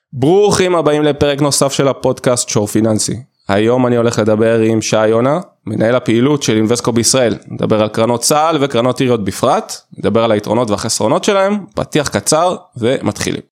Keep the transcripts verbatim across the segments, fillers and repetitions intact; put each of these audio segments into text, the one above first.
ברוכים הבאים לפרק נוסף של הפודקאסט שור פיננסי. היום אני הולך לדבר עם שי יונה, מנהל הפעילות של אינבסקו בישראל. נדבר על קרנות צה"ל וקרנות עיריות בפרט, נדבר על היתרונות והחסרונות שלהם, פתיח קצר ומתחילים.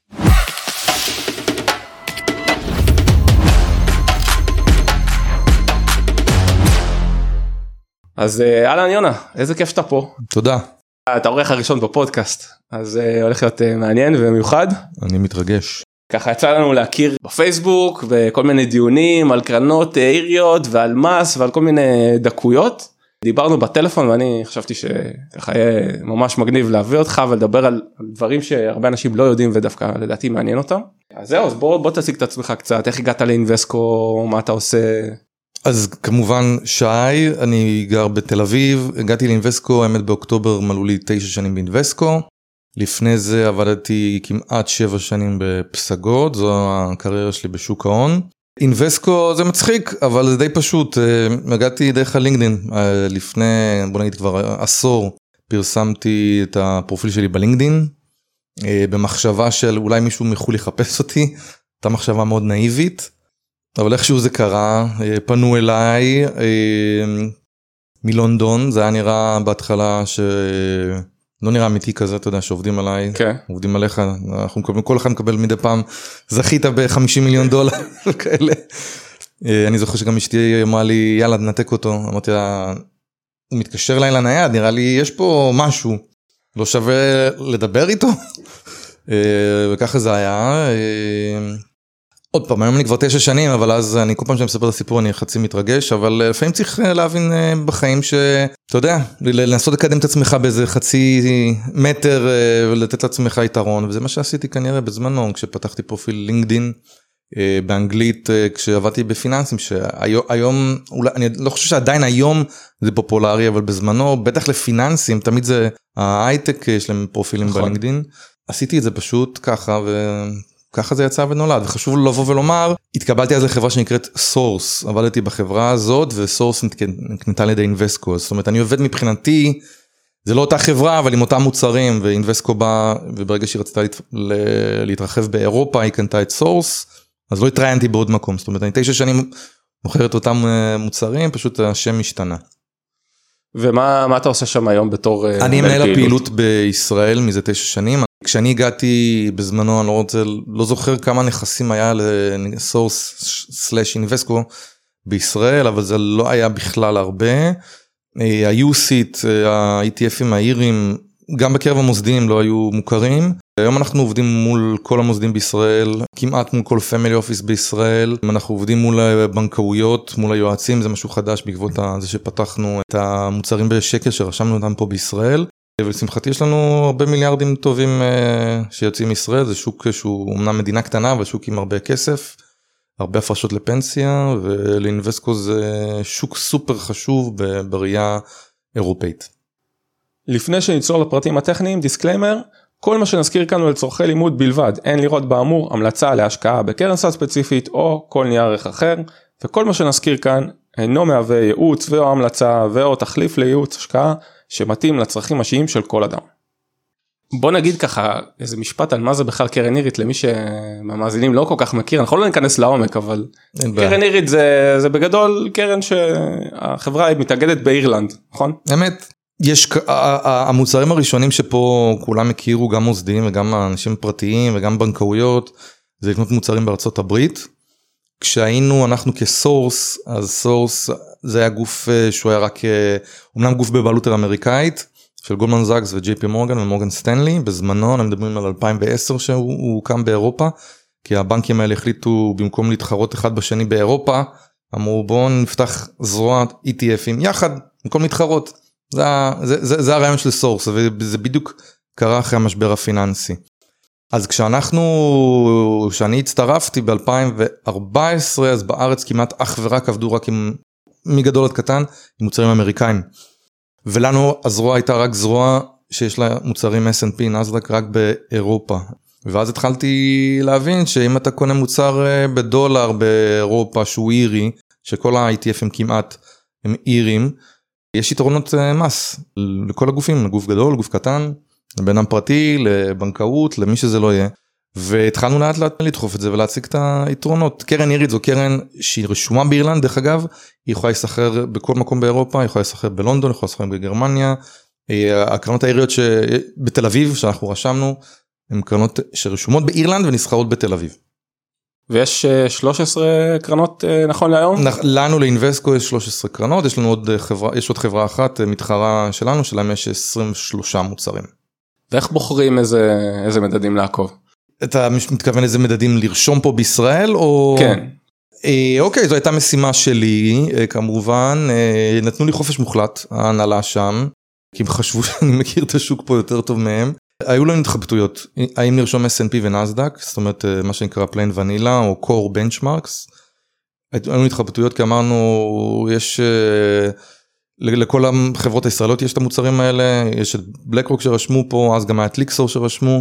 אז אהלן יונה, איזה כיף שאתה פה. תודה. אתה העורך הראשון בפודקאסט, אז הולך להיות מעניין ומיוחד. אני מתרגש. ככה יצא לנו להכיר בפייסבוק וכל מיני דיונים על קרנות עיריות ועל מס ועל כל מיני דקויות. דיברנו בטלפון ואני חשבתי שככה יהיה ממש מגניב להביא אותך ולדבר על דברים שהרבה אנשים לא יודעים ודווקא לדעתי מעניין אותם. אז זהו, אז בוא, בוא תציג את עצמך קצת, איך הגעת לאינבסקו, מה אתה עושה? אז כמובן שי, אני גר בתל אביב, הגעתי לאינבסקו, האמת באוקטובר מלאו לי תשע שנים באינבסקו. לפני זה עבדתי כמעט שבע שנים בפסגות, זו הקריירה שלי בשוק ההון. אינבסקו זה מצחיק, אבל זה די פשוט, הגעתי דרך הלינקדין, לפני בוא נגיד כבר עשור, פרסמתי את הפרופיל שלי בלינקדין, במחשבה של אולי מישהו מחול לחפש אותי, הייתה מחשבה מאוד נאיבית, אבל איכשהו זה קרה, פנו אליי מלונדון, זה היה נראה בהתחלה ש... לא נראה אמיתי כזה, אתה יודע, שעובדים עליי, okay. עובדים עליך, אנחנו מקבלים, כל אחד מקבל מדי פעם, זכית ב-חמישים מיליון דולר, כאלה. אני זוכר שגם אשתי אמרה לי, יאללה, נתק אותו, אמרתי לה, הוא מתקשר אליי לנייד, נראה לי, יש פה משהו, לא שווה לדבר איתו, וככה זה היה. עוד פעם, היום אני כבר תשע שנים, אבל אז אני כל פעם שאני מספר את הסיפור, אני חצי מתרגש, אבל לפעמים צריך להבין בחיים שאתה יודע, לנסות לקדם את עצמך באיזה חצי מטר, ולתת לעצמך יתרון, וזה מה שעשיתי כנראה בזמנו, כשפתחתי פרופיל לינקדין, באנגלית, כשעבדתי בפיננסים, שהיום, אולי, אני לא חושב שעדיין היום זה פופולרי, אבל בזמנו, בטח לפיננסים, תמיד זה, ההייטק יש להם פרופילים בלינקדין, עשיתי את זה פשוט ככה, ו... ככה זה יצא ונולד, וחשוב לבוא ולומר, התקבלתי אז לחברה שנקראת סורס, עבדתי בחברה הזאת, וסורס נקנתה לידי אינבסקו, זאת אומרת, אני עובד מבחינתי, זה לא אותה חברה, אבל עם אותם מוצרים, ואינבסקו בא, וברגע שהיא רצתה להתרחב באירופה, היא קנתה את סורס, אז לא התראיינתי בעוד מקום, זאת אומרת, אני תשע שנים מוכר את אותם מוצרים, פשוט השם משתנה. ומה מה אתה עושה שם היום בתור... אני מנהל הפעילות בישראל מזה תשע שנים, כשאני הגעתי בזמנו, אני לא רוצה, לא זוכר כמה נכסים היה לסורס סלש אינבסקו בישראל, אבל זה לא היה בכלל הרבה. ה-יו-סיט, ה-אי טי אפים האירים, גם בקרב המוסדים לא היו מוכרים. היום אנחנו עובדים מול כל המוסדים בישראל, כמעט מול כל פמילי אופיס בישראל. אנחנו עובדים מול בנקאויות, מול היועצים, זה משהו חדש בעקבות זה שפתחנו את המוצרים בשקל שרשמנו אותם פה בישראל. ולשמחתי יש לנו הרבה מיליארדים טובים שיוצאים מישראל, זה שוק שהוא אמנם מדינה קטנה, אבל שוק עם הרבה כסף, הרבה הפרשות לפנסיה, ולאינבסקו זה שוק סופר חשוב בראייה אירופאית. לפני שנצלול לפרטים הטכניים, דיסקליימר, כל מה שנזכיר כאן הוא לצורכי לימוד בלבד, אין לראות באמור המלצה להשקעה בקרן סל ספציפית או כל נייר ערך אחר, וכל מה שנזכיר כאן אינו מהווה ייעוץ ואו המלצה ואו תחליף לייעוץ השקעה, שמתאים לצרכים השיים של כל אדם. בוא נגיד ככה איזה משפט על מה זה בכלל קרן עירית, למי שהמאזינים לא כל כך מכיר, אנחנו לא ניכנס לעומק, אבל קרן עירית זה, זה בגדול קרן שהחברה היא מתאגדת באירלנד, נכון? אמת, יש, המוצרים הראשונים שפה כולם הכירו, גם מוסדיים וגם אנשים פרטיים וגם בנקאויות, זה לקנות מוצרים בארצות הברית, כשהיינו אנחנו כסורס, אז סורס זה היה גוף שהוא היה רק, אומנם גוף בבעלות אמריקאית, של גולדמן זאקס וג'יי פי מורגן ומורגן סטנלי, בזמנו, אנחנו מדברים על אלפיים ועשר שהוא קם באירופה, כי הבנקים האלה החליטו במקום להתחרות אחד בשני באירופה, אמרו בואו נפתח זרוע אי טי אפים יחד, במקום להתחרות, זה, זה, זה, זה הרעיון של סורס, וזה בדיוק קרה אחרי המשבר הפיננסי. אז כשאנחנו, כשאני הצטרפתי ב-אלפיים וארבע עשרה, אז בארץ כמעט אך ורק עבדו רק עם, מגדול עד קטן, עם מוצרים אמריקאים. ולנו הזרוע הייתה רק זרוע שיש לה מוצרים אס אנד פי, נאסד"ק רק באירופה. ואז התחלתי להבין שאם אתה קונה מוצר בדולר באירופה שהוא אירי, שכל ה-אי טי אפים כמעט הם אירים, יש יתרונות מס לכל הגופים, לגוף גדול, לגוף קטן, לבן אדם פרטי, לבנקאות, למי שזה לא יהיה. והתחלנו לאט לאט לדחוף את זה ולהציג את היתרונות. קרן אירית זו קרן שהיא רשומה באירלנד, דרך אגב, היא יכולה להיסחר בכל מקום באירופה, היא יכולה להיסחר בלונדון, היא יכולה להיסחר בגרמניה, הקרנות האיריות שבתל אביב, שאנחנו רשמנו, הן קרנות שרשומות באירלנד ונסחרות בתל אביב. ויש שלוש עשרה קרנות נכון להיום? לנו לאינבסקו יש שלוש עשרה קרנות, יש לנו עוד חברה, יש עוד חברה אחת מתחרה שלנו, שלהם יש עשרים ושלושה מוצרים. ואיך בוחרים איזה, איזה מדדים לעקוב? אתה מתכוון איזה מדדים לרשום פה בישראל או? כן. אוקיי, זו הייתה משימה שלי, כמובן, נתנו לי חופש מוחלט, ההנהלה שם, כי הם חשבו שאני מכיר את השוק פה יותר טוב מהם. היו לנו התחבטויות, האם נרשום אס אנד פי ונסדק, זאת אומרת מה שנקרא פליין ונילה או קור בנצ'מרקס. היו לנו התחבטויות כי אמרנו, יש, לכל החברות הישראליות יש את המוצרים האלה, יש את בלקרוק שרשמו פה, אז גם היה את ליקסור שרשמו,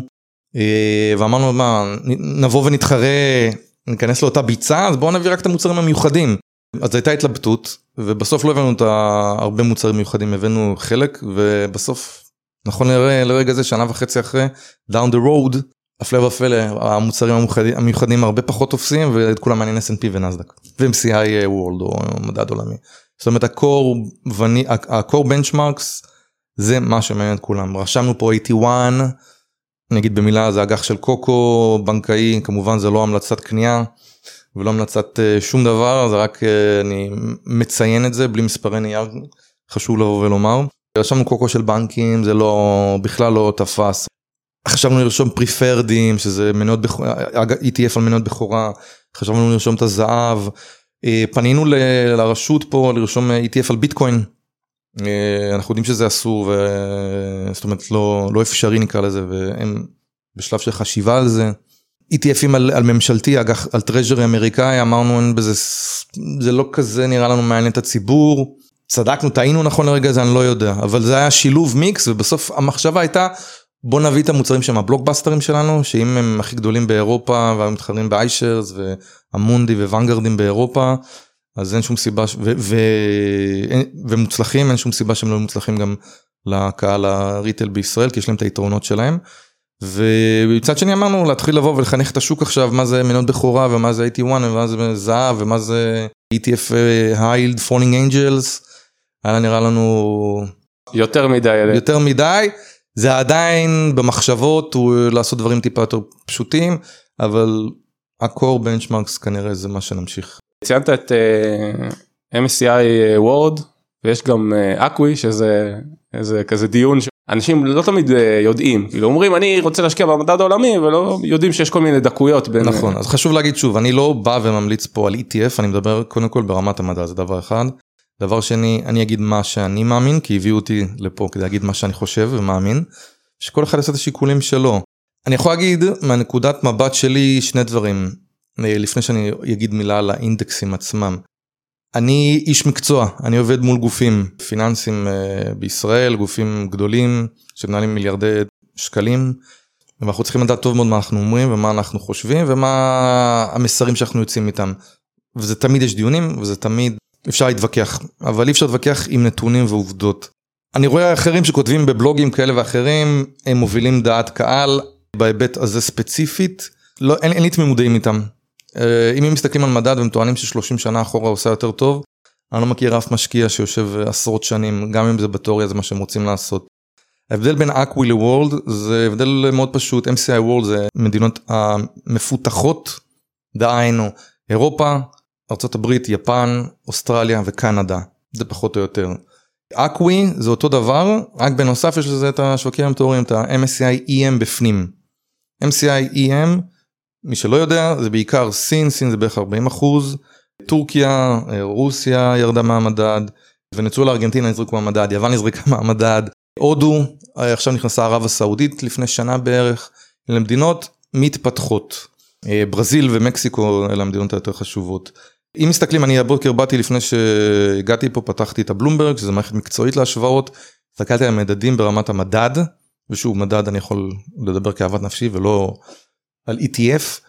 ואמרנו מה, נבוא ונתחרה, ניכנס לאותה ביצה, אז בואו נביא רק את המוצרים המיוחדים. אז הייתה התלבטות, ובסוף לא הבאנו את הרבה מוצרים מיוחדים, הבאנו חלק, ובסוף, נכון לרגע זה, שנה וחצי אחרי, down the road, הפלא ופלא, המוצרים המיוחדים הרבה פחות תופסים, ואת כולם מעניין אס אנד פי ונסדק, ו-אם סי איי World, או מדד עולמי. זאת אומרת, ה-Core Benchmarks, זה מה שמעניין את כולם. רשמנו פה שמונים ואחת, נגיד במילה, זה אג"ח של קוקו, בנקאי, כמובן זה לא המלצת קנייה, ולא המלצת שום דבר, זה רק אני מציין את זה, בלי מספרי נייר, חשוב לבוא ולומר. רשמנו קוקו של בנקים, זה לא, בכלל לא תפס. חשבנו לרשום פריפרדים, שזה מניות בכורה, אי טי אף על מניות בכורה, חשבנו לרשום את הזהב, פנינו ל, לרשות פה לרשום אי טי אף על ביטקוין, אנחנו יודעים שזה אסור, ו... זאת אומרת לא, לא אפשרי נקרא לזה, והם בשלב של חשיבה על זה. אי טי אפים על, על ממשלתי, אגח, על טרז'רי אמריקאי, אמרנו אין בזה, זה לא כזה נראה לנו מעניין את הציבור, צדקנו, טעינו נכון לרגע זה, אני לא יודע, אבל זה היה שילוב מיקס, ובסוף המחשבה הייתה, בוא נביא את המוצרים שהם הבלוקבאסטרים שלנו, שאם הם הכי גדולים באירופה, והם מתחרים באיישרס, והמונדי וונגרדים באירופה, אז אין שום סיבה, ו- ו- ומוצלחים, אין שום סיבה שהם לא מוצלחים גם לקהל הריטל בישראל, כי יש להם את היתרונות שלהם, ובצד שני אמרנו להתחיל לבוא ולחנך את השוק עכשיו, מה זה מניות בכורה, ומה זה איי טי וואן, ומה זה זהב, ומה זה אי טי אף High Falling Angels, היה נראה לנו יותר מדי, יותר מדי, זה עדיין במחשבות, הוא לעשות דברים טיפה יותר פשוטים, אבל ה-Core Benchmarks כנראה זה מה שנמשיך. ציינת את אם אס סי איי World, ויש גם אקווי, שזה איזה כזה דיון, אנשים לא תמיד יודעים, כאילו אומרים אני רוצה להשקיע במדד העולמי, ולא יודעים שיש כל מיני דקויות. בין... נכון, אז חשוב להגיד שוב, אני לא בא וממליץ פה על אי טי אף, אני מדבר קודם כל ברמת המדע, זה דבר אחד. דבר שני, אני אגיד מה שאני מאמין, כי הביאו אותי לפה כדי להגיד מה שאני חושב ומאמין, שכל אחד יעשה את השיקולים שלו. אני יכול להגיד מהנקודת מבט שלי שני דברים, לפני שאני אגיד מילה על האינדקסים עצמם. אני איש מקצוע, אני עובד מול גופים פיננסיים בישראל, גופים גדולים שמנהלים מיליארדי שקלים, ואנחנו צריכים לדעת טוב מאוד מה אנחנו אומרים ומה אנחנו חושבים ומה המסרים שאנחנו יוצאים איתם. וזה תמיד יש דיונים וזה תמיד אפשר להתווכח, אבל אי אפשר להתווכח עם נתונים ועובדות. אני רואה אחרים שכותבים בבלוגים כאלה ואחרים, הם מובילים דעת קהל בהיבט הזה ספציפית, לא, אין, אין לי תמימודים איתם. אם הם מסתכלים על מדד והם טוענים ש-שלושים שנה אחורה עושה יותר טוב, אני לא מכיר אף משקיע שיושב עשרות שנים, גם אם זה בתיאוריה זה מה שהם רוצים לעשות. ההבדל בין אקווי לוורלד זה הבדל מאוד פשוט, אם סי איי World זה מדינות המפותחות, דהיינו אירופה, ארצות הברית, יפן, אוסטרליה וקנדה, זה פחות או יותר. אקווי זה אותו דבר, רק בנוסף יש לזה את השווקים המתוארים, את ה-אם אס סי איי אי אם בפנים. אם אס סי איי אי אם, מי שלא יודע, זה בעיקר סין, סין זה בערך ארבעים אחוז, טורקיה, רוסיה ירדה מהמדד, ונצואלה ארגנטינה נזרקו מהמדד, יוון נזרקה מהמדד, הודו, עכשיו נכנסה ערב הסעודית לפני שנה בערך, אלה מדינות מתפתחות. ברזיל ומקסיקו אלה המדינות היותר חשובות. אם מסתכלים, אני הבוקר באתי לפני שהגעתי פה, פתחתי את הבלומברג, שזה מערכת מקצועית להשוואות, הסתכלתי על המדדים ברמת המדד, ושוב מדד אני יכול לדבר כאהבת נפשי ולא על אי טי אף,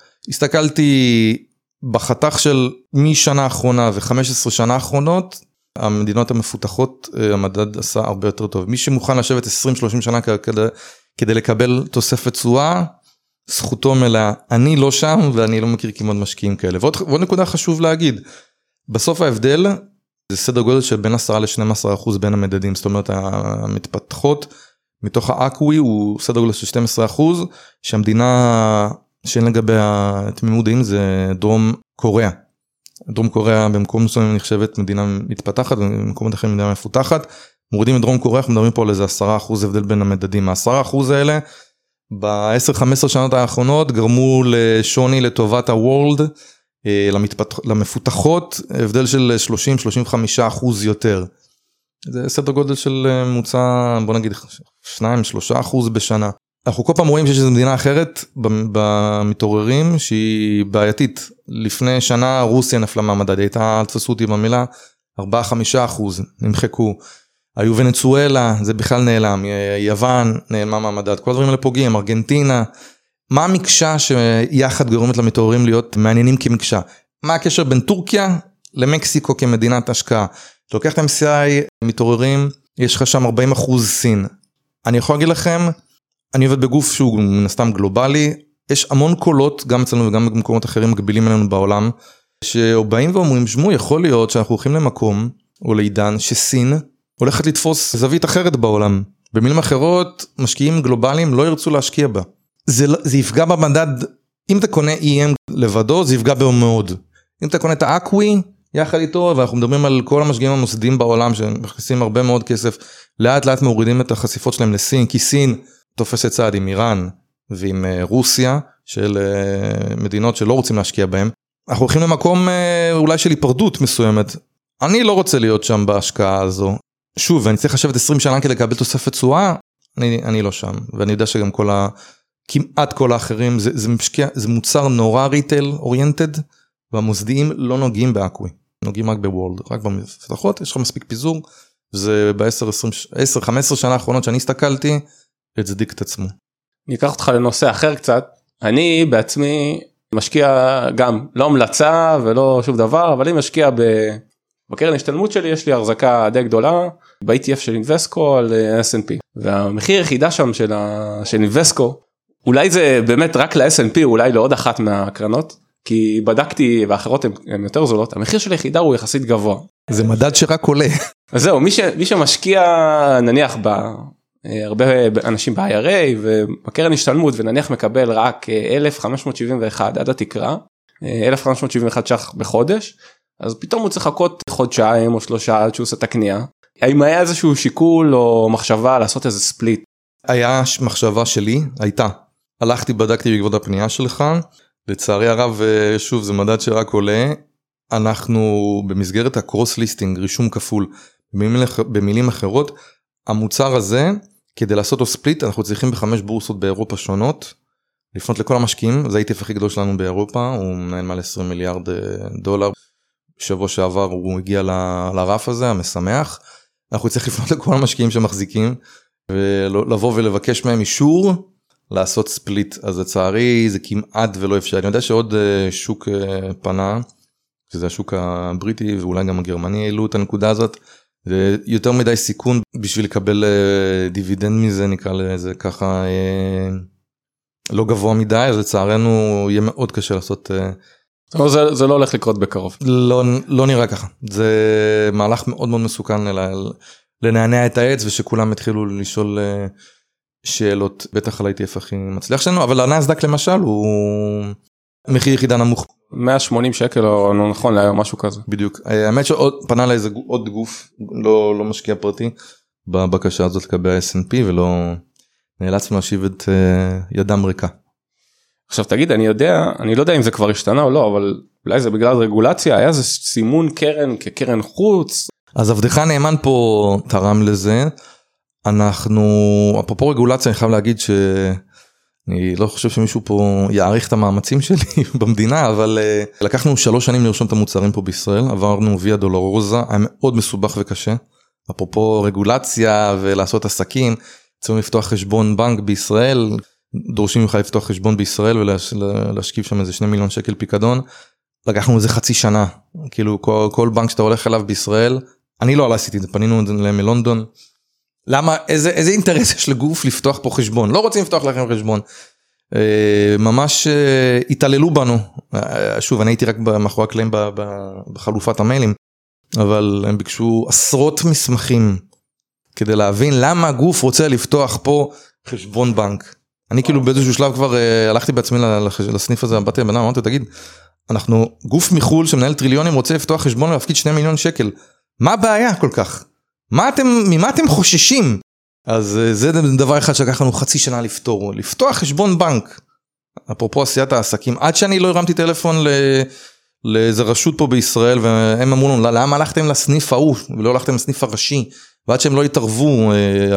הסתכלתי בחתך של משנה האחרונה ו-חמש עשרה שנה האחרונות, המדינות המפותחות, המדד עשה הרבה יותר טוב. מי שמוכן לשבת עשרים שלושים שנה כדי, כדי לקבל תוספת תשואה, זכותו מלאה, אני לא שם ואני לא מכיר כמעט משקיעים כאלה. ועוד, ועוד נקודה חשוב להגיד, בסוף ההבדל זה סדר גודל של בין עשרה ל-שנים עשר אחוז בין המדדים, זאת אומרת המתפתחות מתוך האקווי הוא סדר גודל של שנים עשר אחוז, שהמדינה שאין לגביה תמימות דעים זה דרום קוריאה. דרום קוריאה במקום מסוים נחשבת מדינה מתפתחת, במקומות אחרים מדינה מפותחת, מורידים את דרום קוריאה, אנחנו מדברים פה על איזה עשרה אחוז הבדל בין המדדים, ה-עשרה אחוז האלה, ב-עשר חמש עשרה שנות האחרונות גרמו לשוני לטובת הוורלד, למתפתח, למפותחות, הבדל של שלושים שלושים וחמישה אחוז יותר. זה סדר גודל של ממוצע, בוא נגיד, שניים שלושה אחוז בשנה. אנחנו כל פעם רואים שיש איזו מדינה אחרת במתעוררים שהיא בעייתית. לפני שנה רוסיה נפלה מהמדד, הייתה, אל תפסו אותי במילה, ארבעה חמישה אחוז נמחקו. היו ונצואלה, זה בכלל נעלם, יוון נעלמה מהמדד, כל הדברים האלה פוגעים, ארגנטינה. מה המקשה שיחד גורמת למתעוררים להיות מעניינים כמקשה? מה הקשר בין טורקיה למקסיקו כמדינת השקעה? אתה לוקח את ה-אם סי איי מתעוררים, יש לך שם ארבעים אחוז סין. אני יכול להגיד לכם, אני עובד בגוף שהוא נסתם גלובלי, יש המון קולות, גם אצלנו וגם במקומות אחרים מקבילים אלינו בעולם, שבאים ואומרים, שמו, יכול להיות שאנחנו הולכים למקום, או לעידן, שסין הולכת לתפוס זווית אחרת בעולם. במילים אחרות, משקיעים גלובליים לא ירצו להשקיע בה. זה, זה יפגע במדד, אם אתה קונה אי אם לבדו, זה יפגע בו מאוד. אם אתה קונה את האקווי, יחד איתו, ואנחנו מדברים על כל המשקיעים המוסדיים בעולם, שמכניסים הרבה מאוד כסף, לאט לאט מורידים את החשיפות שלהם לסין, כי סין תופסת צעד עם איראן, ועם רוסיה, של מדינות שלא רוצים להשקיע בהם. אנחנו הולכים למקום אולי של היפרדות מסוימת. אני לא רוצה להיות שם בהשקעה הזו. שוב, ואני צריך לשבת עשרים שנה כדי לקבל תוספת תשואה, אני, אני לא שם. ואני יודע שגם כל ה... כמעט כל האחרים, זה, זה, משקיע, זה מוצר נורא ריטל אוריינטד, והמוסדיים לא נוגעים באקווי, נוגעים רק בוורלד, רק במפתחות, יש לך מספיק פיזור, זה ב-עשר חמש עשרה שנה האחרונות שאני הסתכלתי, הצדיק את עצמו. אני אקח אותך לנושא אחר קצת, אני בעצמי משקיע גם, לא המלצה ולא שום דבר, אבל אני משקיע בקרן השתלמות שלי, יש לי הרזקה די גדולה, ב-אי טי אף של אינבסקו על אס אנד פי, והמחיר היחידה שם של, ה... של אינבסקו, אולי זה באמת רק ל-אס אנד פי, אולי לעוד אחת מהקרנות, כי בדקתי ואחרות הן יותר זולות, המחיר של היחידה הוא יחסית גבוה. זה מדד שרק עולה. אז זהו, מי, ש, מי שמשקיע נניח בהרבה אנשים ב-איי אר איי ובקרן השתלמות ונניח מקבל רק אלף חמש מאות שבעים ואחת עד התקרה, אלף חמש מאות שבעים ואחת שח בחודש, אז פתאום הוא צריך לחכות חודשיים או שלושה עד שהוא עושה את הקנייה. האם היה איזשהו שיקול או מחשבה לעשות איזה ספליט? היה מחשבה שלי, הייתה. הלכתי, בדקתי בעקבות הפנייה שלך, לצערי הרב, שוב, זה מדד שרק עולה, אנחנו במסגרת הקרוס ליסטינג, רישום כפול, במילים, במילים אחרות, המוצר הזה, כדי לעשות לו ספליט, אנחנו צריכים בחמש בורסות באירופה שונות, לפנות לכל המשקיעים, זה ה-אי טי אף הכי גדול שלנו באירופה, הוא מנהל מעל עשרים מיליארד דולר, בשבוע שעבר הוא הגיע ל, לרף הזה, המשמח, אנחנו צריכים לפנות לכל המשקיעים שמחזיקים, ולבוא ולבקש מהם אישור, לעשות ספליט, אז לצערי זה כמעט ולא אפשר, אני יודע שעוד שוק פנה, שזה השוק הבריטי ואולי גם הגרמני העלו את הנקודה הזאת, זה יותר מדי סיכון בשביל לקבל דיבידנד מזה, נקרא לזה ככה לא גבוה מדי, אז לצערנו יהיה מאוד קשה לעשות... זה, זה לא הולך לקרות בקרוב. לא, לא נראה ככה, זה מהלך מאוד מאוד מסוכן לנענע את העץ ושכולם התחילו לשאול... שאלות, בטח על ה-אי טי אף הכי מצליח שלנו, אבל הנאסד"ק למשל הוא מחיר יחידה נמוך. מאה ושמונים שקל או לא נכון להיום, משהו כזה. בדיוק. האמת שעוד פנה לאיזה עוד גוף, לא, לא משקיע פרטי, בבקשה הזאת לקבל ה-אס אנד פי, ולא נאלצנו להשיב את ידם ריקה. עכשיו תגיד, אני יודע, אני לא יודע אם זה כבר השתנה או לא, אבל אולי זה בגלל רגולציה, היה זה סימון קרן כקרן חוץ. אז עבדך נאמן פה תרם לזה, אנחנו, אפרופו רגולציה, אני חייב להגיד שאני לא חושב שמישהו פה יעריך את המאמצים שלי במדינה, אבל uh, לקחנו שלוש שנים לרשום את המוצרים פה בישראל, עברנו ויה דולורוזה, היה מאוד מסובך וקשה, אפרופו רגולציה ולעשות עסקים, צריכים לפתוח חשבון בנק בישראל, דורשים לך לפתוח חשבון בישראל ולהשקיב שם איזה שני מיליון שקל פיקדון, לקחנו איזה חצי שנה, כאילו כל, כל בנק שאתה הולך אליו בישראל, אני לא עשיתי את זה, פנינו להם מלונדון, למה, איזה, איזה אינטרס יש לגוף לפתוח פה חשבון? לא רוצים לפתוח לכם חשבון. ממש התעללו בנו, שוב אני הייתי רק מאחורי הקלעים בחלופת המיילים, אבל הם ביקשו עשרות מסמכים, כדי להבין למה הגוף רוצה לפתוח פה חשבון בנק. אני כאילו באיזשהו שלב כבר הלכתי בעצמי לסניף הזה, באתי לבן אדם, אמרתי, תגיד, אנחנו גוף מחול שמנהל טריליונים רוצה לפתוח חשבון ולהפקיד שני מיליון שקל, מה הבעיה כל כך? מה אתם, ממה אתם חוששים? אז זה דבר אחד שלקח לנו חצי שנה לפתור, לפתוח חשבון בנק, אפרופו עשיית העסקים, עד שאני לא הרמתי טלפון לאיזה רשות פה בישראל, והם אמרו לנו, למה הלכתם לסניף ההוא, ולא הלכתם לסניף הראשי, ועד שהם לא התערבו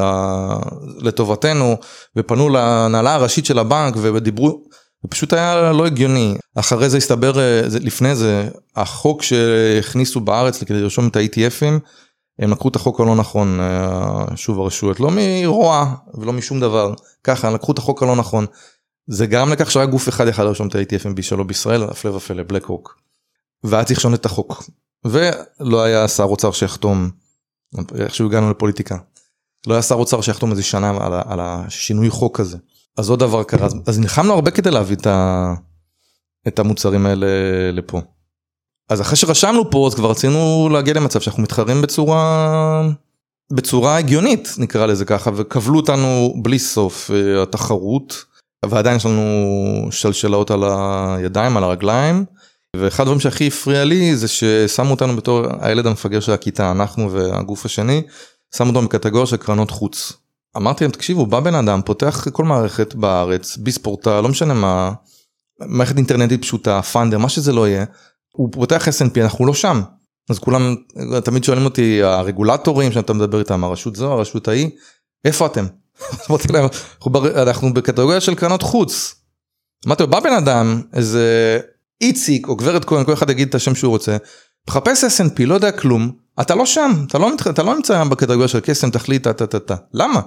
לטובתנו, ופנו להנהלה הראשית של הבנק, ודיברו, ופשוט היה לא הגיוני. אחרי זה הסתבר, לפני זה, החוק שהכניסו בארץ, כדי לרשום את ה-אי טי אפים, הם לקחו את החוק הלא נכון, שוב הרשויות, לא מרוע ולא משום דבר, ככה, לקחו את החוק הלא נכון, זה גרם לכך שהיה גוף אחד אחד לרשום את ה-אי טי אפים שלו בישראל, הפלא ופלא, בלק רוק, והיה צריך לשנות את החוק, ולא היה שר אוצר שיחתום, איכשהו הגענו לפוליטיקה, לא היה שר אוצר שיחתום איזה שנה על, על השינוי חוק הזה, אז עוד דבר קרה, אז נלחמנו הרבה כדי להביא את, ה, את המוצרים האלה לפה. אז אחרי שרשמנו פה, אז כבר רצינו להגיע למצב שאנחנו מתחרים בצורה, בצורה הגיונית, נקרא לזה ככה, וקבלו אותנו בלי סוף התחרות, ועדיין יש לנו שלשלאות על הידיים, על הרגליים, ואחד הדברים שהכי הפריע לי, זה ששמו אותנו בתור הילד המפגר של הכיתה, אנחנו והגוף השני, שמו אותנו בקטגוריה של קרנות חוץ. אמרתי להם, תקשיבו, בא בן אדם, פותח כל מערכת בארץ, ביספורטה, לא משנה מה, מערכת אינטרנטית פשוטה, פאנדר, מה שזה לא יהיה, הוא פותח אס אנד פי, אנחנו לא שם. אז כולם תמיד שואלים אותי, הרגולטורים שאתה מדבר איתם, הרשות זו, הרשות ההיא, איפה אתם? אמרתי להם, אנחנו בקטגוריה של קרנות חוץ. אמרתי לו, בא בן אדם, איזה איציק או גברת כהן, כל אחד יגיד את השם שהוא רוצה, מחפש אס אנד פי, לא יודע כלום, אתה לא שם, אתה לא, אתה לא נמצא בקטגוריה של קסם, תחליט, אתה, אתה, אתה. למה?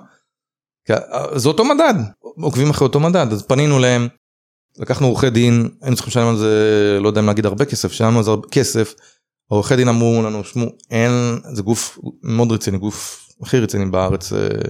זה אותו מדד, עוקבים אחרי אותו מדד, אז פנינו להם, לקחנו עורכי דין, היינו צריכים לשלם על זה, לא יודע אם להגיד הרבה כסף, שלנו על זה הרבה כסף, עורכי דין אמרו לנו, שמו, אין, זה גוף מאוד רציני, גוף הכי רציני בארץ,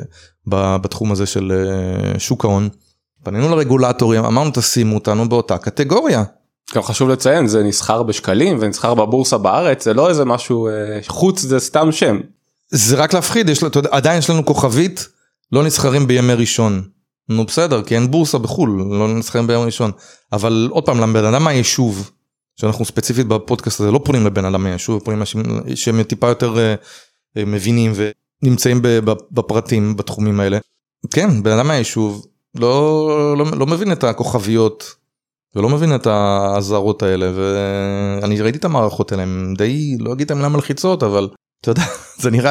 בתחום הזה של שוק ההון, פנינו לרגולטורים, אמרנו תשימו אותנו באותה קטגוריה. גם חשוב לציין, זה נסחר בשקלים, ונסחר בבורסה בארץ, זה לא איזה משהו, חוץ זה סתם שם. זה רק להפחיד, יש, עדיין יש לנו כוכבית, לא נסחרים בימי ראשון. נו בסדר, כי אין בורסה בחול, לא נסחרים בימי ראשון. אבל עוד פעם, לבן אדם מהיישוב, שאנחנו ספציפית בפודקאסט הזה, לא פונים לבן אדם מהיישוב, פונים שהם טיפה יותר מבינים ונמצאים בפרטים, בתחומים האלה. כן, בן אדם מהיישוב לא, לא, לא מבין את הכוכביות, ולא מבין את העזרות האלה, ואני ראיתי את המערכות האלה, הם די, לא אגיד את המילה מלחיצות, אבל אתה יודע, זה נראה,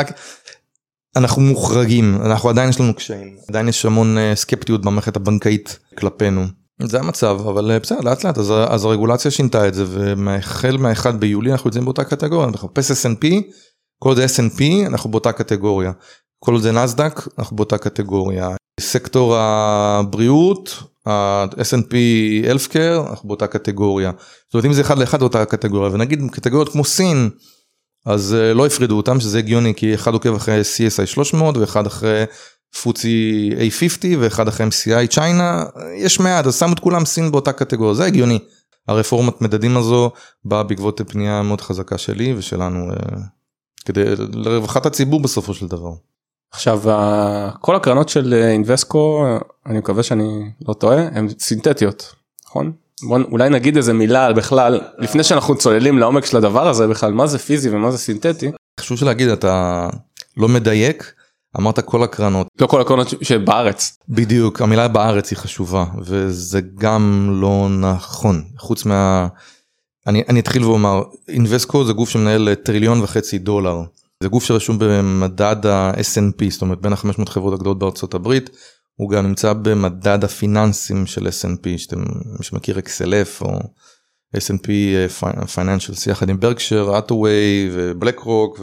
אנחנו מוחרגים, אנחנו עדיין יש לנו קשיים, עדיין יש המון סקפטיות במערכת הבנקאית כלפינו, זה המצב, אבל בסדר, לאט לאט, אז, אז הרגולציה שינתה את זה, ומהחל מהאחד ביולי אנחנו יוצאים באותה קטגוריה, אנחנו מחפש אס אנד פי, כל זה אס אנד פי, אנחנו באותה קטגוריה, כל זה נסדק, אנחנו באותה קטגוריה, סקטור הבריאות, ה-אס אנד פי Healthcare, אנחנו באותה קטגוריה. זאת אומרת, אם זה אחד לאחד באותה קטגוריה, ונגיד קטגוריות כמו סין, אז לא הפרידו אותם, שזה הגיוני, כי אחד עוקב אחרי סי אס איי שלוש מאות, ואחד אחרי פוצי איי חמישים, ואחד אחרי אם סי איי צ'יינה, יש מעט, אז שמו את כולם סין באותה קטגוריה, זה הגיוני. הרפורמת מדדים הזו, באה בעקבות פנייה מאוד חזקה שלי, ושלנו, כדי לרווחת הציבור בסופו של דבר. עכשיו, כל הקרנות של אינבסקו, אני מקווה שאני לא טועה, הן סינתטיות, נכון? בוא, אולי נגיד איזה מילה על בכלל, לפני שאנחנו צוללים לעומק של הדבר הזה, בכלל, מה זה פיזי ומה זה סינתטי? חשוב שלהגיד, אתה לא מדייק, אמרת כל הקרנות. לא כל הקרנות שבארץ. בדיוק, המילה בארץ היא חשובה, וזה גם לא נכון, חוץ מה... אני, אני אתחיל ואומר, אינבסקו זה גוף שמנהל טריליון וחצי דולר, זה גוף שרשום במדד ה-אס אנד פי, זאת אומרת בין ה-חמש מאות חברות הגדולות בארצות הברית, הוא גם נמצא במדד הפיננסים של אס אנד פי, שאתם, מי שמכיר אקס אל אף או אס אנד פי Financials, יחד עם ברקשר, אטווי ובלק רוק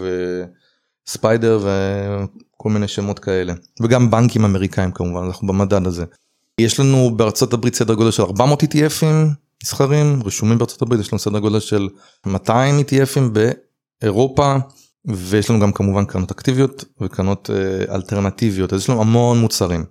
וספיידר וכל מיני שמות כאלה, וגם בנקים אמריקאים כמובן, אנחנו במדד הזה. יש לנו בארצות הברית סדר גודל של ארבע מאות אי טי אפים נסחרים, רשומים בארצות הברית, יש לנו סדר גודל של מאתיים אי טי אפים באירופה, ויש לנו גם כמובן קרנות אקטיביות וקרנות אלטרנטיביות, אז יש לנו המון מוצרים.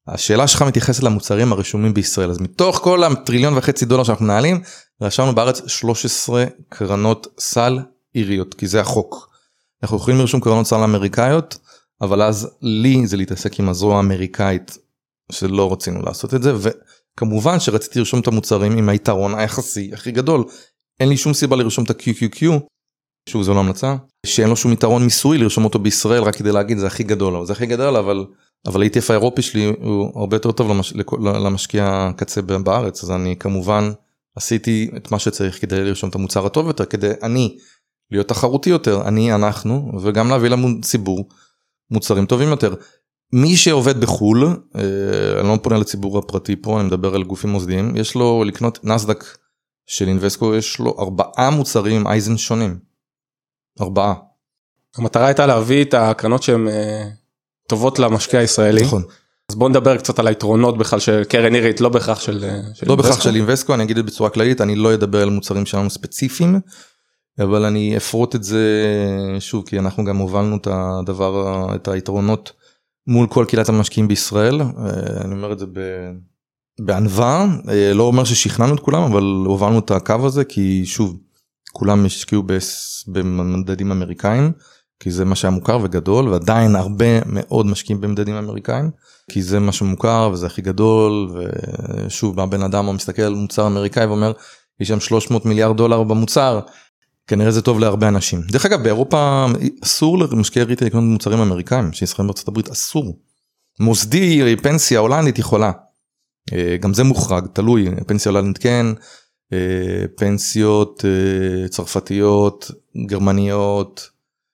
השאלה שלך מתייחסת למוצרים הרשומים בישראל, אז מתוך כל הטריליון וחצי דולר שאנחנו מנהלים, רשמנו בארץ שלוש עשרה קרנות סל עיריות, כי זה החוק. אנחנו יכולים לרשום קרנות סל אמריקאיות, אבל אז לי זה להתעסק עם הזרוע האמריקאית, שלא רצינו לעשות את זה, וכמובן שרציתי לרשום את המוצרים עם היתרון היחסי הכי גדול. אין לי שום סיבה לרשום את ה-קיו קיו קיו, שוב זו לא המלצה, שאין לו שום יתרון מיסוי לרשום אותו בישראל, רק כדי להגיד זה הכי גדול, זה הכי גדול, אבל, אבל ה-אי טי אף האירופי שלי הוא הרבה יותר טוב למש, למשקיע הקצה בארץ, אז אני כמובן עשיתי את מה שצריך כדי לרשום את המוצר הטוב יותר, כדי אני להיות תחרותי יותר, אני, אנחנו, וגם להביא לנו ציבור מוצרים טובים יותר. מי שעובד בחול, אני לא פונה לציבור הפרטי פה, אני מדבר על גופים מוסדיים, יש לו לקנות נסדק של אינבסקו, יש לו ארבעה מוצרים אייזן שונים. ארבעה. המטרה הייתה להביא את הקרנות שהן טובות למשקיע הישראלי. נכון. אז בואו נדבר קצת על היתרונות בכלל של קרן עירית, לא בהכרח של אינבסקו. לא בהכרח של אינבסקו, אני אגיד את בצורה כללית, אני לא אדבר על מוצרים שלנו ספציפיים, אבל אני אפרוט את זה שוב, כי אנחנו גם הובלנו את הדבר, את היתרונות מול כל קהילת המשקיעים בישראל, אני אומר את זה בענווה, לא אומר ששכנענו את כולם, אבל הובלנו את הקו הזה, כי שוב, כולם השקיעו במדדים אמריקאים, כי זה מה שהיה מוכר וגדול, ועדיין הרבה מאוד משקיעים במדדים אמריקאים, כי זה מה שמוכר וזה הכי גדול, ושוב, בא בן אדם מסתכל על מוצר אמריקאי ואומר, יש שם שלוש מאות מיליארד דולר במוצר, כנראה זה טוב להרבה אנשים. דרך אגב, באירופה אסור למשקיעי ריטייל לקנות מוצרים אמריקאים, שישראל בארצות הברית אסור. מוסדי, פנסיה הולנדית יכולה. גם זה מוחרג, תלוי, פנסיה הולנדית כן, פנסיות צרפתיות, גרמניות,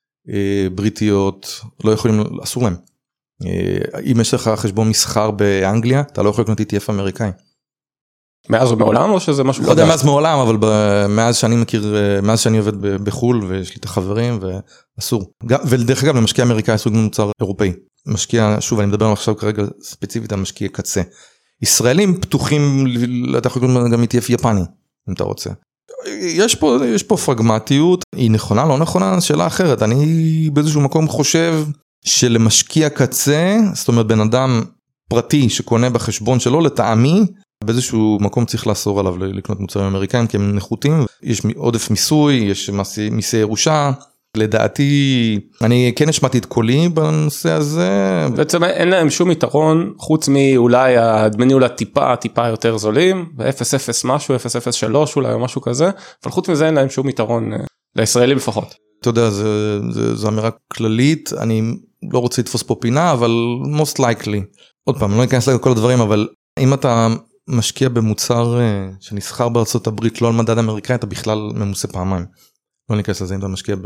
בריטיות, לא יכולים, אסור להם. אם יש לך חשבון מסחר באנגליה, אתה לא יכול לקנות אי טי אף אמריקאי. מאז ומעולם או שזה משהו חדש? לא יודע מאז מעולם, אבל מאז שאני מכיר, מאז שאני עובד בחול ויש לי את החברים ואסור. ודרך אגב, למשקיע אמריקאי אסור לקנות מוצר אירופאי. משקיע, שוב אני מדבר עכשיו כרגע ספציפית על משקיע קצה. ישראלים פתוחים, אתה יכול לקנות גם אי טי אף יפני, אם אתה רוצה. יש פה, יש פה פרגמטיות, היא נכונה, לא נכונה, שאלה אחרת. אני באיזשהו מקום חושב שלמשקיע קצה, זאת אומרת בן אדם פרטי שקונה בחשבון שלו לטעמי, באיזשהו מקום צריך לאסור עליו לקנות מוצרים אמריקאים, כי הם נחותים, יש עודף מיסוי, יש מיסי ירושה, לדעתי, אני כן השמעתי את קולי בנושא הזה. בעצם אין להם שום יתרון, חוץ מאולי הדמי ניהול הטיפה, טיפה יותר זולים, ב-אפס אפס משהו, אפס אפס שלוש אולי או משהו כזה, אבל חוץ מזה אין להם שום יתרון לישראלים לפחות. אתה יודע, זו אמירה כללית, אני לא רוצה לתפוס פה פינה, אבל most likely. עוד פעם, אני לא אכנס לכל הדברים, אבל אם אתה משקיע במוצר שנסחר בארצות הברית, לא על מדד אמריקאי, אתה בכלל ממוסה פעמיים. לא ניכנס לזה אם אתה משקיע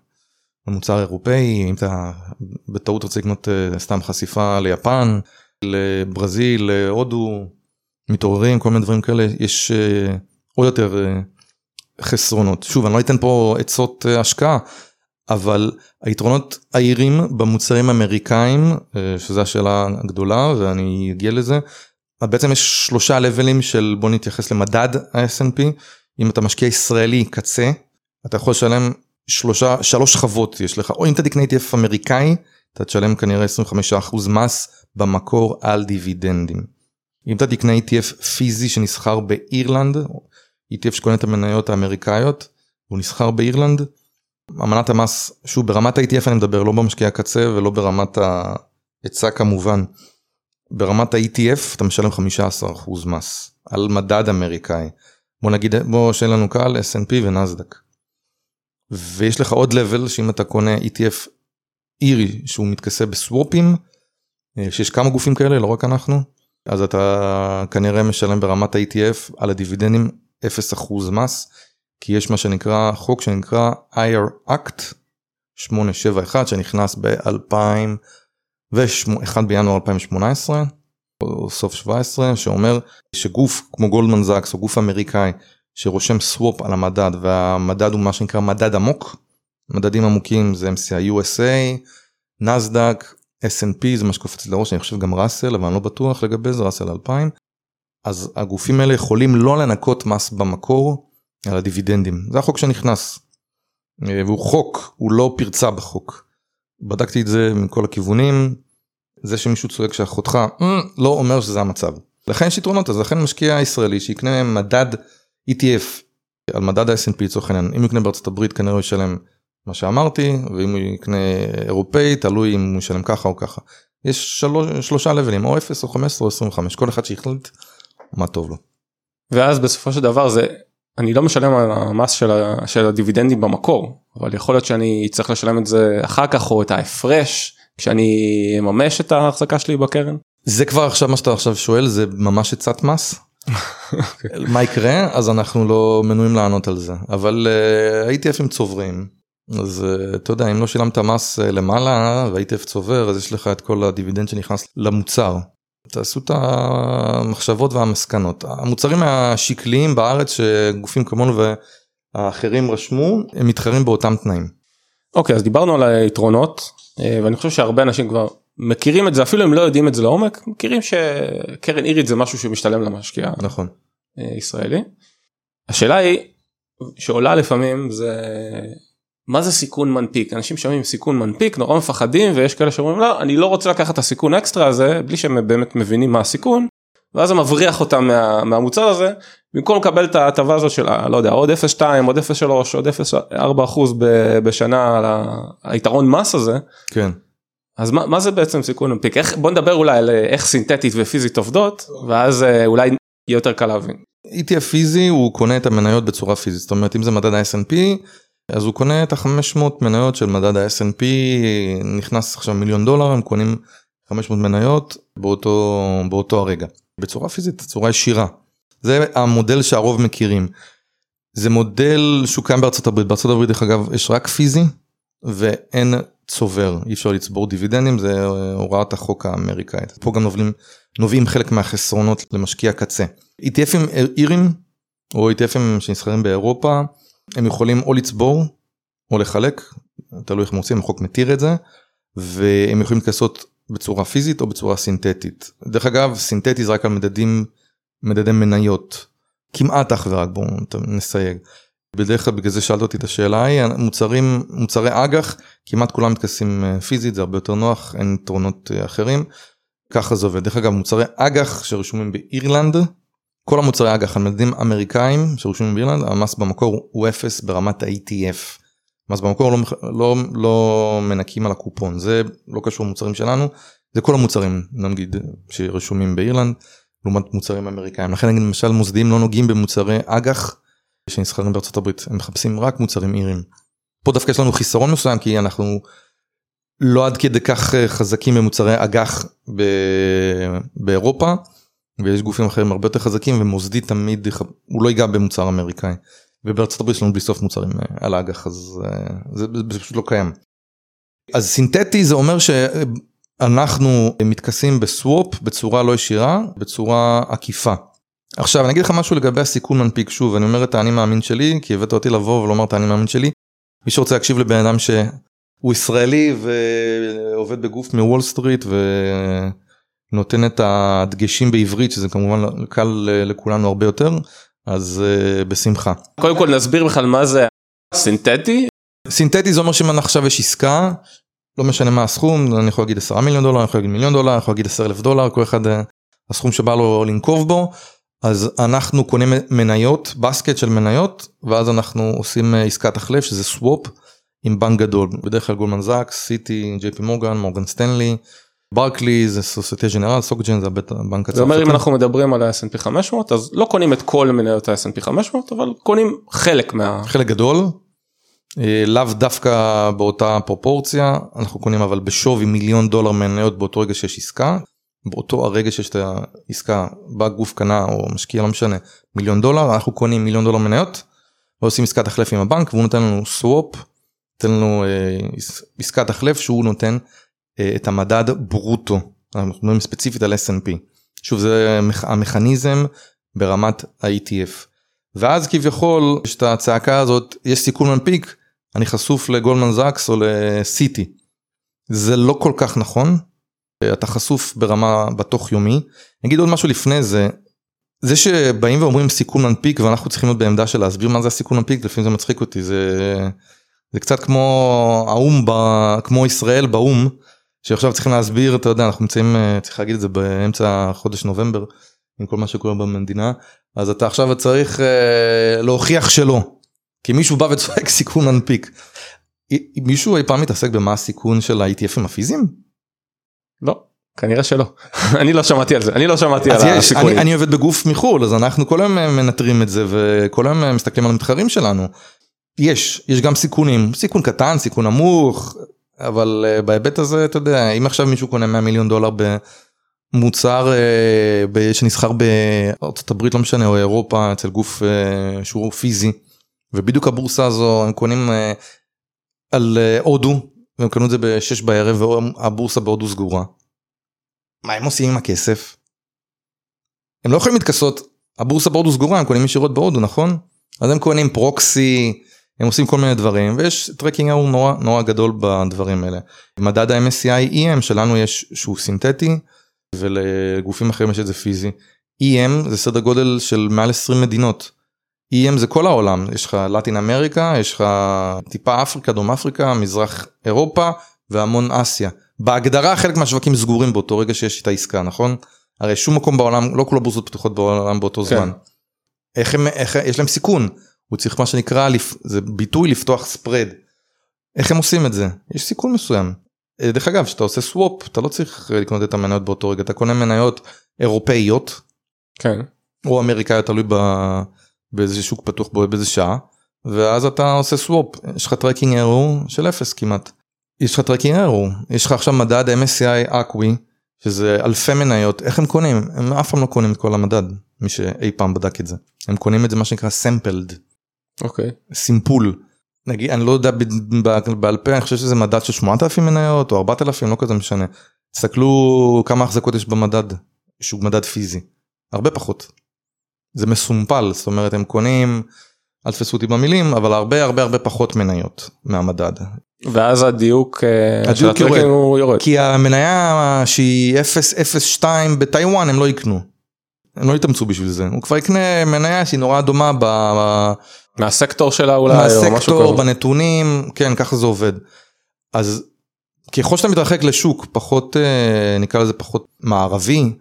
במוצר אירופאי, אם אתה בטעות רוצה לקנות סתם חשיפה ליפן, לברזיל, להודו, מתעוררים, כל מיני דברים כאלה, יש עוד יותר חסרונות. שוב, אני לא אתן פה עצות השקעה, אבל היתרונות העירים במוצרים אמריקאים, שזו השאלה הגדולה, ואני אגיע לזה, בעצם יש שלושה לבלים של, בוא נתייחס למדד ה-אס אנד פי, אם אתה משקיע ישראלי קצה, אתה יכול לשלם שלושה, שלוש שכבות יש לך, או אם אתה תקנה אי טי אף אמריקאי, אתה תשלם כנראה עשרים וחמישה אחוז מס במקור על דיבידנדים. אם אתה תקנה אי טי אף פיזי שנסחר באירלנד, אי טי אף שקונה את המניות האמריקאיות, הוא נסחר באירלנד, אמנת המס, שוב ברמת ה-אי טי אף אני מדבר, לא במשקיע הקצה ולא ברמת ההיצע כמובן, ברמת ה-אי טי אף אתה משלם חמישה עשר אחוז מס, על מדד אמריקאי. בוא נגיד, בוא שאין לנו קל, אס אנד פי ונסדק. ויש לך עוד לבל, שאם אתה קונה אי טי אף אירי, שהוא מתכסה בסוופים, שיש כמה גופים כאלה, לא רק אנחנו, אז אתה כנראה משלם ברמת ה-אי טי אף על הדיבידנדים אפס אחוז מס, כי יש מה שנקרא, חוק שנקרא איי אר Act שמונה שבע אחת, שנכנס ב-אלפיים ואחת בינואר אלפיים ושמונה עשרה, או סוף שבע עשרה, שאומר שגוף כמו גולדמן זאקס, או גוף אמריקאי, שרושם סוואפ על המדד, והמדד הוא מה שנקרא מדד עמוק, מדדים עמוקים זה אם סי איי יו אס איי, נסדק, אס אנד פי, זה מה שקופץ לראש, אני חושב גם ראסל, אבל אני לא בטוח לגבי זה, ראסל אלפיים, אז הגופים האלה יכולים לא לנקות מס במקור, על הדיבידנדים, זה החוק שנכנס, והוא חוק, הוא לא פרצה בחוק, בדקתי את זה מכל הכיוונים, זה שמישהו צועק שאחותך לא אומר שזה המצב. לכן יש יתרונות, אז לכן משקיע ישראלי שיקנה מדד E T F על מדד ה-אס אנד פי לצורך העניין, אם הוא יקנה בארצות הברית כנראה הוא ישלם מה שאמרתי, ואם הוא יקנה אירופאי, תלוי אם הוא ישלם ככה או ככה. יש שלוש, שלושה לבלים, או אפס או חמש עשרה או עשרים וחמש, כל אחד שיחליט מה טוב לו. ואז בסופו של דבר זה, אני לא משלם על המס של, ה, של הדיבידנדים במקור, אבל יכול להיות שאני צריך לשלם את זה אחר כך, או את ההפרש, כשאני ממש את ההחזקה שלי בקרן. זה כבר עכשיו מה שאתה עכשיו שואל, זה ממש הצעת מס? מה יקרה? אז אנחנו לא מנויים לענות על זה, אבל ה-E T F'ים צוברים, אז אתה יודע, אם לא שילמת מס למעלה, וה-E T F צובר, אז יש לך את כל הדיבידנד שנכנס למוצר. תעשו את המחשבות והמסקנות. המוצרים השקליים בארץ, שגופים כמונו והאחרים רשמו, הם מתחרים באותם תנאים. אוקיי, אז דיברנו על היתרונות, ואני חושב שהרבה אנשים כבר מכירים את זה, אפילו אם לא יודעים את זה לעומק, מכירים שקרן אירית זה משהו שמשתלם למשקיע נכון. ישראלי. השאלה היא, שעולה לפעמים זה, מה זה סיכון מנפיק? אנשים שומעים סיכון מנפיק, נורא מפחדים, ויש כאלה שאומרים, לא, אני לא רוצה לקחת את הסיכון אקסטרה הזה, בלי שהם באמת מבינים מה הסיכון, ואז זה מבריח אותם מה, מהמוצר הזה, במקום לקבל את ההטבה הזאת של, לא יודע, עוד אפס נקודה שתיים, עוד אפס נקודה שלוש, עוד אפס נקודה ארבע אחוז בשנה, על היתרון מס הזה. כן. אז מה, מה זה בעצם סיכון מנפיק? איך, בוא נדבר אולי על איך סינתטית ופיזית עובדות, ואז אולי יהיה יותר קל להבין. E T F פיזי הוא קונה את המניות בצורה פיזית, זאת אומרת אם זה מדד ה-אס אנד פי, אז הוא קונה את ה-חמש מאות מניות של מדד ה-אס אנד פי, נכנס עכשיו מיליון דולר, הם קונים חמש מאות מניות באותו, באותו הרגע. בצורה פיזית, בצורה ישירה. זה המודל שהרוב מכירים. זה מודל שהוא קיים בארצות הברית. בארצות הברית, דרך אגב, יש רק פיזי, ואין צובר. אי אפשר לצבור דיבידנדים, זה הוראת החוק האמריקאית. פה גם נובלים, נובעים חלק מהחסרונות למשקיע קצה. E T F'ים אירים, או E T F'ים שנסחרים באירופה, הם יכולים או לצבור, או לחלק, תלוי איך מוצאים, החוק מתיר את זה, והם יכולים להתכסות בצורה פיזית או בצורה סינתטית. דרך אגב, סינתטי זה רק על מדדים, מדדי מניות, כמעט אך ורק, בואו נסייג. בדרך כלל בגלל זה שאלת אותי את השאלה היא, מוצרים, מוצרי אג"ח, כמעט כולם מתכסים פיזית, זה הרבה יותר נוח, אין יתרונות אחרים, ככה זה עובד. דרך אגב, מוצרי אג"ח שרשומים באירלנד, כל המוצרי אג"ח, המדדים אמריקאים שרשומים באירלנד, המס במקור הוא אפס ברמת ה-E T F. מס במקור לא, לא, לא מנקים על הקופון, זה לא קשור למוצרים שלנו, זה כל המוצרים, נגיד, שרשומים באירלנד, לעומת מוצרים אמריקאים. לכן נגיד, למשל, מוסדיים לא נוגעים במוצרי אג"ח, שנסחרים בארצות הברית, הם מחפשים רק מוצרים אירים. פה דווקא יש לנו חיסרון מסוים, כי אנחנו לא עד כדי כך חזקים במוצרי אג"ח באירופה, ויש גופים אחרים הרבה יותר חזקים, ומוסדי תמיד, הוא לא ייגע במוצר אמריקאי. ובארצות הברית יש לנו בלי סוף מוצרים על האג"ח, אז זה, זה פשוט לא קיים. אז סינתטי זה אומר שאנחנו מתכסים בסוואפ, בצורה לא ישירה, בצורה עקיפה. עכשיו, אני אגיד לך משהו לגבי הסיכון מנפיק, שוב, אני אומר את האני מאמין שלי, כי הבאת אותי לבוא ולומר את האני מאמין שלי, מי שרוצה להקשיב לבן אדם שהוא ישראלי, ועובד בגוף מוול סטריט, ונותן את הדגשים בעברית, שזה כמובן קל לכולנו הרבה יותר, אז uh, בשמחה. קודם כל נסביר בכלל מה זה סינתטי. סינתטי זה אומר שאם עכשיו יש עסקה, לא משנה מה הסכום, אני יכול להגיד עשרה מיליון דולר, אני יכול להגיד מיליון דולר, אני יכול להגיד עשרה אלף דולר, כל אחד הסכום שבא לו לנקוב בו, אז אנחנו קונים מניות, בסקט של מניות, ואז אנחנו עושים עסקת החלף, שזה סוואפ, עם בנק גדול, בדרך כלל גולדמן זאקס, סיטי, ג'יי פי מורגן, מורגן סטנלי, ברקליז, סוסייטי ג'נרל, סוקג'ן, זה הבנק הצרפתי. זה אומר אם אנחנו מדברים על ה-אס אנד פי חמש מאות, אז לא קונים את כל מניות ה-אס אנד פי חמש מאות, אבל קונים חלק מה... חלק גדול, לאו דווקא באותה פרופורציה, אנחנו קונים אבל בשווי מיליון דולר מניות באותו רגע שיש עסקה, באותו הרגע שיש את העסקה, בא גוף קנה או משקיע, לא משנה, מיליון דולר, אנחנו קונים מיליון דולר מניות, ועושים עסקת החלף עם הבנק, והוא נותן לנו סוואפ, נותן לנו עסקת החלף שהוא נותן את המדד ברוטו, אנחנו מדברים ספציפית על אס אנד פי, שוב זה המכניזם ברמת ה-E T F, ואז כביכול יש את הצעקה הזאת, יש סיכון מנפיק, אני חשוף לגולדמן זאקס או לסיטי, זה לא כל כך נכון, אתה חשוף ברמה בתוך יומי, נגיד עוד משהו לפני זה, זה שבאים ואומרים סיכון מנפיק, ואנחנו צריכים להיות בעמדה של להסביר מה זה הסיכון מנפיק, לפעמים זה מצחיק אותי, זה, זה קצת כמו האום, כמו ישראל באום, שעכשיו צריכים להסביר, אתה יודע, אנחנו נמצאים, צריך להגיד את זה באמצע חודש נובמבר, עם כל מה שקורה במדינה, אז אתה עכשיו צריך אה, להוכיח שלא, כי מישהו בא וצועק סיכון מנפיק. מישהו אי פעם מתעסק במה הסיכון של ה-אי טי אפים הפיזיים? לא, כנראה שלא. אני לא שמעתי על זה, אני לא שמעתי על הסיכונים. אני, אני עובד בגוף מחול, אז אנחנו כל היום מנטרים את זה, וכל היום מסתכלים על המתחרים שלנו. יש, יש גם סיכונים, סיכון קטן, סיכון נמוך, אבל uh, בהיבט הזה, אתה יודע, אם עכשיו מישהו קונה מאה מיליון דולר במוצר uh, שנסחר בארצות הברית, לא משנה, או אירופה, אצל גוף uh, שהוא פיזי, ובדיוק הבורסה הזו, הם קונים uh, על uh, הודו, והם קנו את זה בשש בערב, והבורסה בהודו סגורה. מה הם עושים עם הכסף? הם לא יכולים להתכסות, הבורסה בהודו סגורה, הם קונים ישירות בהודו, נכון? אז הם קונים פרוקסי, הם עושים כל מיני דברים, ויש טרקינג הוא נורא, נורא גדול בדברים האלה. מדד ה-אם אס סי איי אי אם שלנו יש שהוא סינתטי, ולגופים אחרים יש את זה פיזי. אי אם זה סדר גודל של מעל עשרים מדינות. אי אם זה כל העולם, יש לך לטין אמריקה, יש לך טיפה אפריקה, דרום אפריקה, מזרח אירופה, והמון אסיה. בהגדרה חלק מהשווקים סגורים באותו רגע שיש את העסקה, נכון? הרי שום מקום בעולם, לא כל הבורסות פתוחות בעולם באותו כן. זמן. איך הם, איך, יש להם סיכון, הוא צריך מה שנקרא, זה ביטוי לפתוח ספרד. איך הם עושים את זה? יש סיכון מסוים. דרך אגב, שאתה עושה סוואפ, אתה לא צריך לקנות את המניות באותו רגע, אתה קונה מניות אירופאיות, כן. או אמריקאיות, תלוי באיזה שוק פתוח בו, באיזה שעה, ואז אתה עושה סוואפ, יש לך טרקינג אירו של אפס כמעט. יש לך טרקינג אירו, יש לך עכשיו מדד אם אס סי איי אקווי, שזה אלפי מניות, איך הם קונים? הם אף פעם לא קונים את כל המדד, מי שאי פעם בדק את זה. הם קונים את זה מה שנקרא סמפלד. אוקיי. סימפול. נגיד, אני לא יודע בעל פה, אני חושב שזה מדד של שמונת אלפים מניות, או ארבעת אלפים, לא כזה משנה. תסתכלו כמה החזקות יש במדד, שהוא מדד פיזי. הרבה פחות. זה מסומפל, זאת אומרת, הם קונים, אל תפסו אותי במילים, אבל הרבה הרבה הרבה פחות מניות מהמדד. ואז הדיוק, הדיוק יורד. יורד. כי המניה שהיא אפס נקודה אפס שתיים בטיואן, הם לא יקנו. הם לא יתאמצו בשביל זה. הוא כבר יקנה מניה שהיא נורא דומה ב... מהסקטור שלה אולי, מהסקטור, בנתונים, כן, ככה זה עובד. אז ככל שאתה מתרחק לשוק, פחות, נקרא לזה פחות מערבי,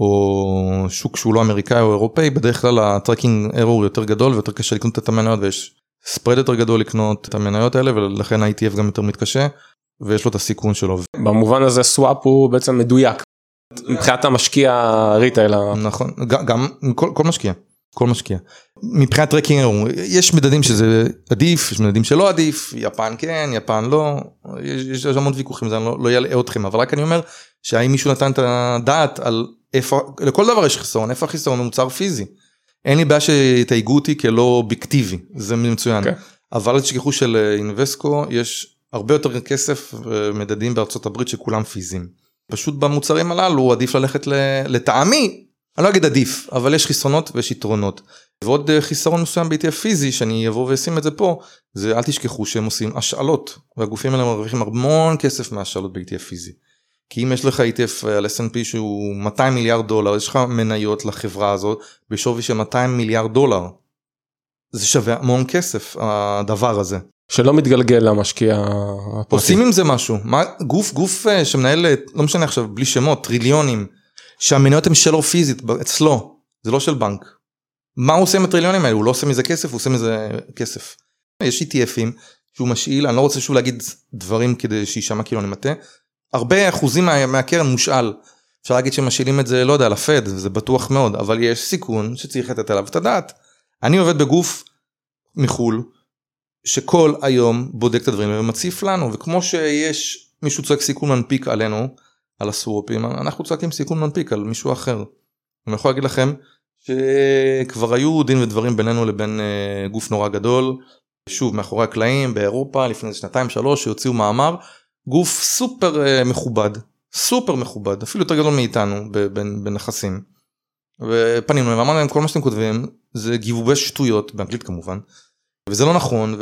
או שוק שהוא לא אמריקאי או אירופאי, בדרך כלל הטרקינג אירור יותר גדול, ויותר קשה לקנות את המניות, ויש ספרד יותר גדול לקנות את המניות האלה, ולכן ה-אי טי אף גם יותר מתקשה, ויש לו את הסיכון שלו. במובן הזה סוואפ הוא בעצם מדויק, מבחינת המשקיע ריטייל. נכון, גם כל, כל משקיע, כל משקיע. מבחינת טרקינג אירור, יש מדדים שזה עדיף, יש מדדים שלא עדיף, יפן כן, יפן לא, יש, יש המון ויכוחים, זה לא, לא ילאה אתכם, אבל רק אני אומר, שהאם מישהו נתן את הדעת על איפה, לכל דבר יש חיסרון, איפה החיסרון הוא מוצר פיזי. אין לי בעיה שתייגו אותי כלא אובייקטיבי, זה מצוין. Okay. אבל אל תשכחו של אינבסקו, יש הרבה יותר כסף מדדים בארצות הברית שכולם פיזיים. פשוט במוצרים הללו עדיף ללכת לטעמי, אני לא אגיד עדיף, אבל יש חיסרונות ויש יתרונות. ועוד חיסרון מסוים ב-אי טי אף פיזי, שאני אבוא ואשים את זה פה, זה אל תשכחו שהם עושים השאלות, והגופים האלה מרוויחים המון כסף מהשאלות ב-אי טי אף פיזי. כי אם יש לך אי טי אף על אס אנד פי שהוא מאתיים מיליארד דולר, יש לך מניות לחברה הזאת בשווי של מאתיים מיליארד דולר. זה שווה המון כסף, הדבר הזה. שלא מתגלגל למשקיע. עושים עם זה משהו. מה, גוף, גוף שמנהל, לא משנה עכשיו, בלי שמות, טריליונים, שהמניות הן שלו פיזית, אצלו, זה לא של בנק. מה הוא עושה עם הטריליונים האלה? הוא לא עושה מזה כסף, הוא עושה מזה כסף. יש אי טי אפים שהוא משאיל, אני לא רוצה שוב להגיד דברים כדי שישמע כאילו אני מטה, הרבה אחוזים מה, מהקרן מושאל, אפשר להגיד שמשאילים את זה, לא יודע, לפד, זה בטוח מאוד, אבל יש סיכון שצריך לתת עליו את הדעת. אני עובד בגוף מחול, שכל היום בודק את הדברים ומציף לנו, וכמו שיש מישהו צועק סיכון מנפיק עלינו, על הסוואפים, אנחנו צועקים סיכון מנפיק על מישהו אחר. אני יכול להגיד לכם, שכבר היו דין ודברים בינינו לבין גוף נורא גדול, שוב, מאחורי הקלעים, באירופה, לפני שנתיים שלוש, שיוציאו מאמר, גוף סופר מכובד, סופר מכובד, אפילו יותר גדול מאיתנו בנכסים. ופנינו, ואמרנו להם, כל מה שאתם כותבים, זה גיבובי שטויות, באנגלית כמובן, וזה לא נכון,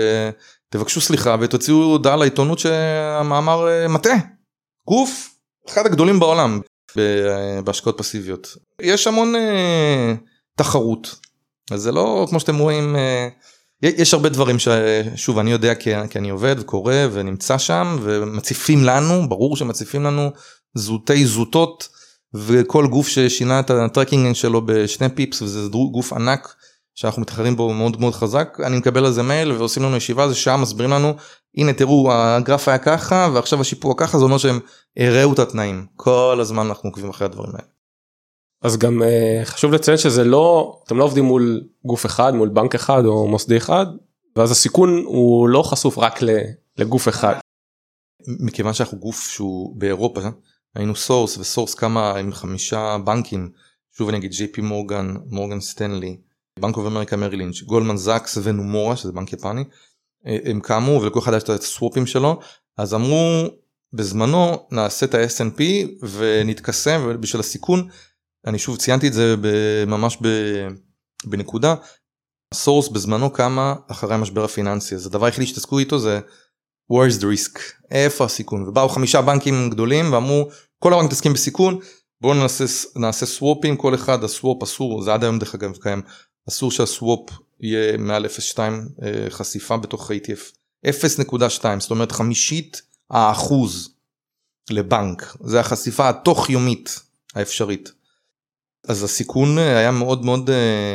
ותבקשו סליחה, ותוציאו הודעה לעיתונות שהמאמר מטעה. גוף, אחד הגדולים בעולם, בהשקעות פסיביות. יש המון תחרות, אז זה לא, כמו שאתם רואים, יש הרבה דברים ששוב אני יודע כי, כי אני עובד וקורא ונמצא שם ומציפים לנו, ברור שמציפים לנו זוטי זוטות וכל גוף ששינה את הטרקינג שלו בשני פיפס וזה גוף ענק שאנחנו מתחרים בו מאוד מאוד חזק, אני מקבל על זה מייל ועושים לנו ישיבה, זה שעה מסבירים לנו, הנה תראו הגרף היה ככה ועכשיו השיפוע ככה, זה אומר שהם הראו את התנאים, כל הזמן אנחנו עוקבים אחרי הדברים האלה. אז גם חשוב לציין שזה לא, אתם לא עובדים מול גוף אחד, מול בנק אחד או מוסדי אחד, ואז הסיכון הוא לא חשוף רק לגוף אחד. מכיוון שאנחנו גוף שהוא באירופה, היינו סורס, וסורס כמה עם חמישה בנקים, שוב אני אגיד ג'יי פי מורגן, מורגן סטנלי, בנק אוף אמריקה מרי לינץ', גולדמן זאקס ונומורה, שזה בנק יפני, הם קמו ולכל אחד יש את הסוופים שלו, אז אמרו בזמנו נעשה את ה-אס אנד פי ונתקסם, ובשביל הסיכון, אני שוב ציינתי את זה ממש בנקודה, הסורס בזמנו קמה אחרי המשבר הפיננסי, אז הדבר היחידי שתעסקו איתו זה where's the risk, איפה הסיכון, ובאו חמישה בנקים גדולים ואמרו כל הבנק תעסקים בסיכון, בואו נעשה, נעשה סוופים, כל אחד הסוופ אסור, זה עד היום דרך אגב קיים, אסור שהסוופ יהיה מעל אפס נקודה שתיים חשיפה בתוך ה-אי טי אף, אפס נקודה שתיים, זאת אומרת חמישית האחוז לבנק, זה החשיפה התוך יומית האפשרית. אז הסיכון היה מאוד מאוד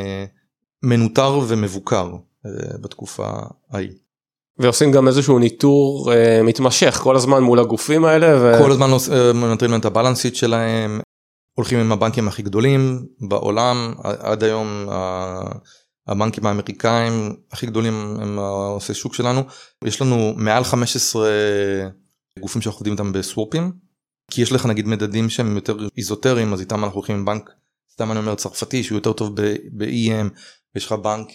מנוטר ומבוקר בתקופה ההיא. ועושים גם איזשהו ניטור מתמשך כל הזמן מול הגופים האלה. ו... כל הזמן מנטרים להם את הבלנסיט שלהם, הולכים עם הבנקים הכי גדולים בעולם, עד היום הבנקים האמריקאים הכי גדולים הם עושה שוק שלנו, יש לנו מעל חמש עשרה גופים שאנחנו עובדים איתם בסוופים, כי יש לך נגיד מדדים שהם יותר איזוטריים, אז איתם אנחנו הולכים עם בנק, סתם אני אומר צרפתי שהוא יותר טוב ב-אי אם, ויש לך בנק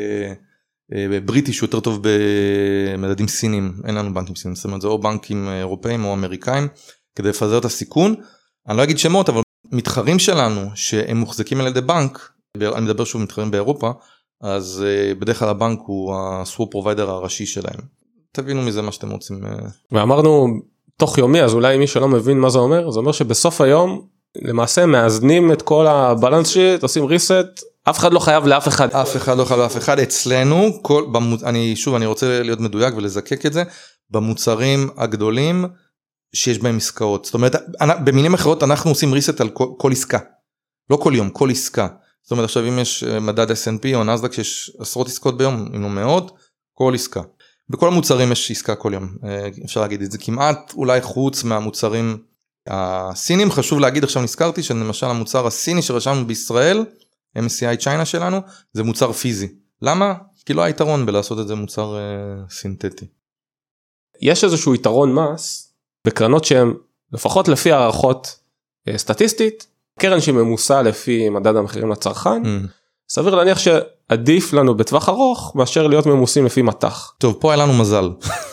בריטי שהוא יותר טוב במדדים סינים, אין לנו בנקים סינים, זאת אומרת זה או בנקים אירופאים או אמריקאים, כדי לפזר את הסיכון, אני לא אגיד שמות, אבל מתחרים שלנו שהם מוחזקים על ידי בנק, אני מדבר שוב מתחרים באירופה, אז בדרך כלל הבנק הוא הסוואפ פרוביידר הראשי שלהם. תבינו מזה מה שאתם רוצים. ואמרנו תוך יומי, אז אולי מי שלא מבין מה זה אומר, זה אומר שבסוף היום למעשה מאזנים את כל הבלנס שיט, עושים ריסט, אף אחד לא חייב לאף אחד. אף אחד לא חייב לאף אחד, אצלנו, כל, במוצ... אני, שוב אני רוצה להיות מדויק ולזקק את זה, במוצרים הגדולים שיש בהם עסקאות, זאת אומרת, במינים אחרות אנחנו עושים ריסט על כל, כל עסקה, לא כל יום, כל עסקה, זאת אומרת עכשיו אם יש מדד אס אנד פי או נסדק שיש עשרות עסקאות ביום, אם לא מאות, כל עסקה. בכל המוצרים יש עסקה כל יום, אפשר להגיד את זה כמעט, אולי חוץ מהמוצרים הסינים, חשוב להגיד עכשיו נזכרתי, שלמשל המוצר הסיני שרשמנו בישראל, אם אס סי איי צ'יינה שלנו, זה מוצר פיזי. למה? כי לא היתרון בלעשות את זה מוצר uh, סינתטי. יש איזשהו יתרון מס, בקרנות שהן, לפחות לפי הערכות uh, סטטיסטית, קרן שממוסה לפי מדד המחירים לצרכן, mm. סביר להניח שעדיף לנו בטווח ארוך, מאשר להיות ממוסים לפי מתח. טוב, פה היה לנו מזל.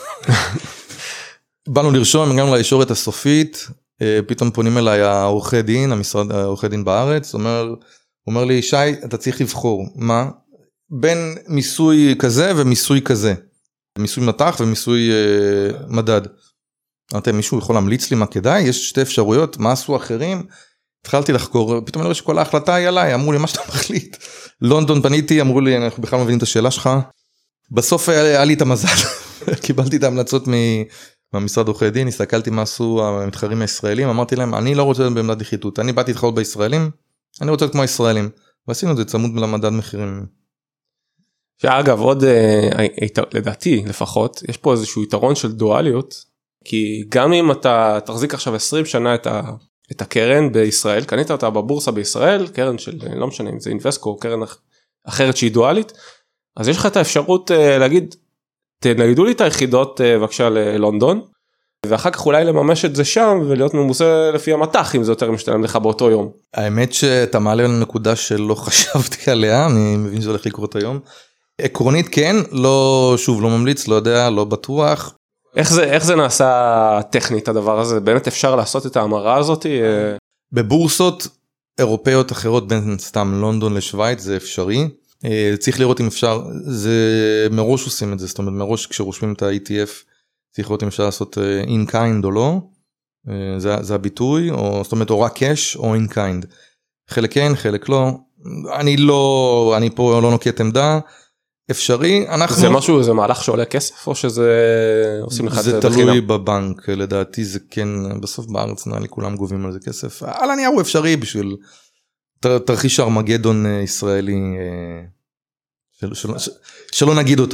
באנו לרשום, הגענו לישורת הסופית, פתאום פונים אליי העורכי דין, המשרד העורכי דין בארץ, אומר, אומר לי, שי, אתה צריך לבחור, מה? בין מיסוי כזה ומיסוי כזה. מיסוי מתח ומיסוי אה, מדד. אמרתי, מישהו יכול להמליץ לי מה כדאי? יש שתי אפשרויות, מה עשו אחרים? התחלתי לחקור, פתאום אני רואה שכל ההחלטה היא עליי, אמרו לי, מה שאתה מחליט? לונדון פניתי, אמרו לי, אנחנו בכלל מבינים את השאלה שלך. בסוף היה, היה לי את המזל, קיבלתי את ההמלצות מ... מהמשרד עורכי דין, הסתכלתי מה עשו המתחרים הישראלים, אמרתי להם, אני לא רוצה במדד נחיתות, אני באתי להתחרות בישראלים, אני רוצה להיות כמו הישראלים, ועשינו את זה צמוד למדד מחירים. שאגב, עוד, לדעתי לפחות, יש פה איזשהו יתרון של דואליות, כי גם אם אתה תחזיק עכשיו עשרים שנה את, ה, את הקרן בישראל, קנית אותה בבורסה בישראל, קרן של, לא משנה אם זה אינבסקו או קרן אחרת שהיא דואלית, אז יש לך את האפשרות להגיד, תנגדו לי את היחידות בבקשה ללונדון, ואחר כך אולי לממש את זה שם, ולהיות ממוסה לפי המתח, אם זה יותר משתלם לך באותו יום. האמת שאתה מעלה על נקודה שלא חשבתי עליה, אני מבין שזה הולך לקרות היום. עקרונית כן, לא, שוב, לא ממליץ, לא יודע, לא בטוח. איך זה, איך זה נעשה טכנית הדבר הזה? באמת אפשר לעשות את ההמרה הזאת? בבורסות אירופאיות אחרות, בין סתם לונדון לשוויץ, זה אפשרי. צריך לראות אם אפשר, זה מראש עושים את זה, זאת אומרת מראש כשרושמים את ה-אי טי אף, צריך לראות אם אפשר לעשות in kind או לא, זה, זה הביטוי, או, זאת אומרת או רק cash או in kind. חלק כן, חלק לא, אני לא, אני פה לא נוקט עמדה, אפשרי, אנחנו... זה משהו, זה מהלך שעולה כסף, או שזה עושים לך את זה בחינם? זה תלוי בבנק, לדעתי זה כן, בסוף בארץ נראה לי כולם גובים על זה כסף, על הנייר הוא אפשרי בשביל תרחיש ארמגדון ישראלי, של, של, של, שלא נגיד אותו.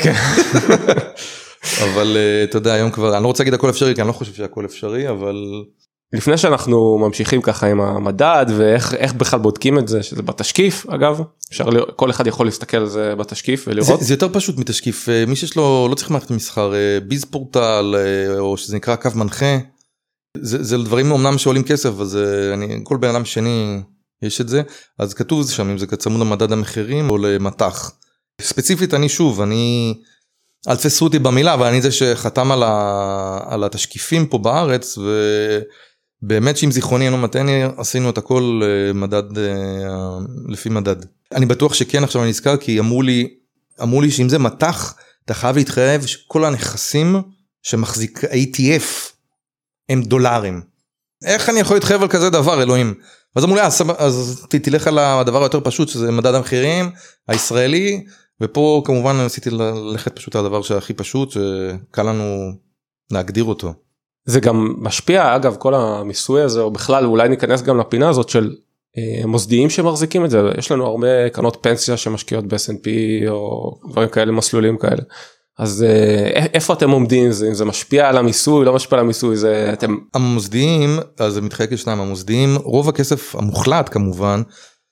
אבל אתה יודע, היום כבר, אני לא רוצה להגיד הכל אפשרי, כי אני לא חושב שהכל אפשרי, אבל... לפני שאנחנו ממשיכים ככה עם המדד, ואיך איך בכלל בודקים את זה, שזה בתשקיף, אגב, אפשר, כל אחד יכול להסתכל על זה בתשקיף ולראות. זה, זה יותר פשוט מתשקיף, מי שיש לו, לא צריך מערכת מסחר, ביז פורטל, או שזה נקרא קו מנחה, זה, זה דברים אמנם שעולים כסף, אז אני, כל בן אדם שני יש את זה, אז כתוב זה שם, אם זה צמוד למדד המחירים, או למתח. ספציפית, אני שוב, אני... אל תפסו אותי במילה, אבל אני זה שחתם על, ה... על התשקיפים פה בארץ, ובאמת שאם זיכרוני אינו מתני, עשינו את הכל מדד, לפי מדד. אני בטוח שכן, עכשיו אני נזכר, כי אמרו לי, אמרו לי שאם זה מתח, אתה חייב להתחייב שכל הנכסים שמחזיק ה-אי טי אף הם דולרים. איך אני יכול להתחייב על כזה דבר, אלוהים? אז אמרו לי, אז, אז תלך על הדבר היותר פשוט, שזה מדד המחירים הישראלי, ופה כמובן ניסיתי ללכת פשוט על הדבר שהכי פשוט, שקל לנו להגדיר אותו. זה גם משפיע, אגב, כל המיסוי הזה, או בכלל אולי ניכנס גם לפינה הזאת של אה, מוסדיים שמחזיקים את זה, יש לנו הרבה קרנות פנסיה שמשקיעות ב-אס אנד פי, או דברים כאלה, מסלולים כאלה. אז אה, איפה אתם עומדים? זה, אם זה משפיע על המיסוי, לא משפיע על המיסוי, זה אתם... המוסדיים, אז זה מתחלק לשניים, המוסדיים, רוב הכסף המוחלט כמובן,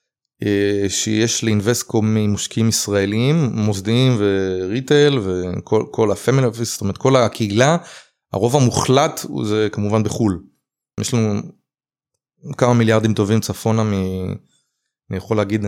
שיש לאינבסטקו ממשקיעים ישראלים, מוסדיים וריטייל וכל כל הפמילי אופיס, זאת אומרת כל הקהילה, הרוב המוחלט זה כמובן בחול. יש לנו כמה מיליארדים טובים צפונה מ... אני יכול להגיד,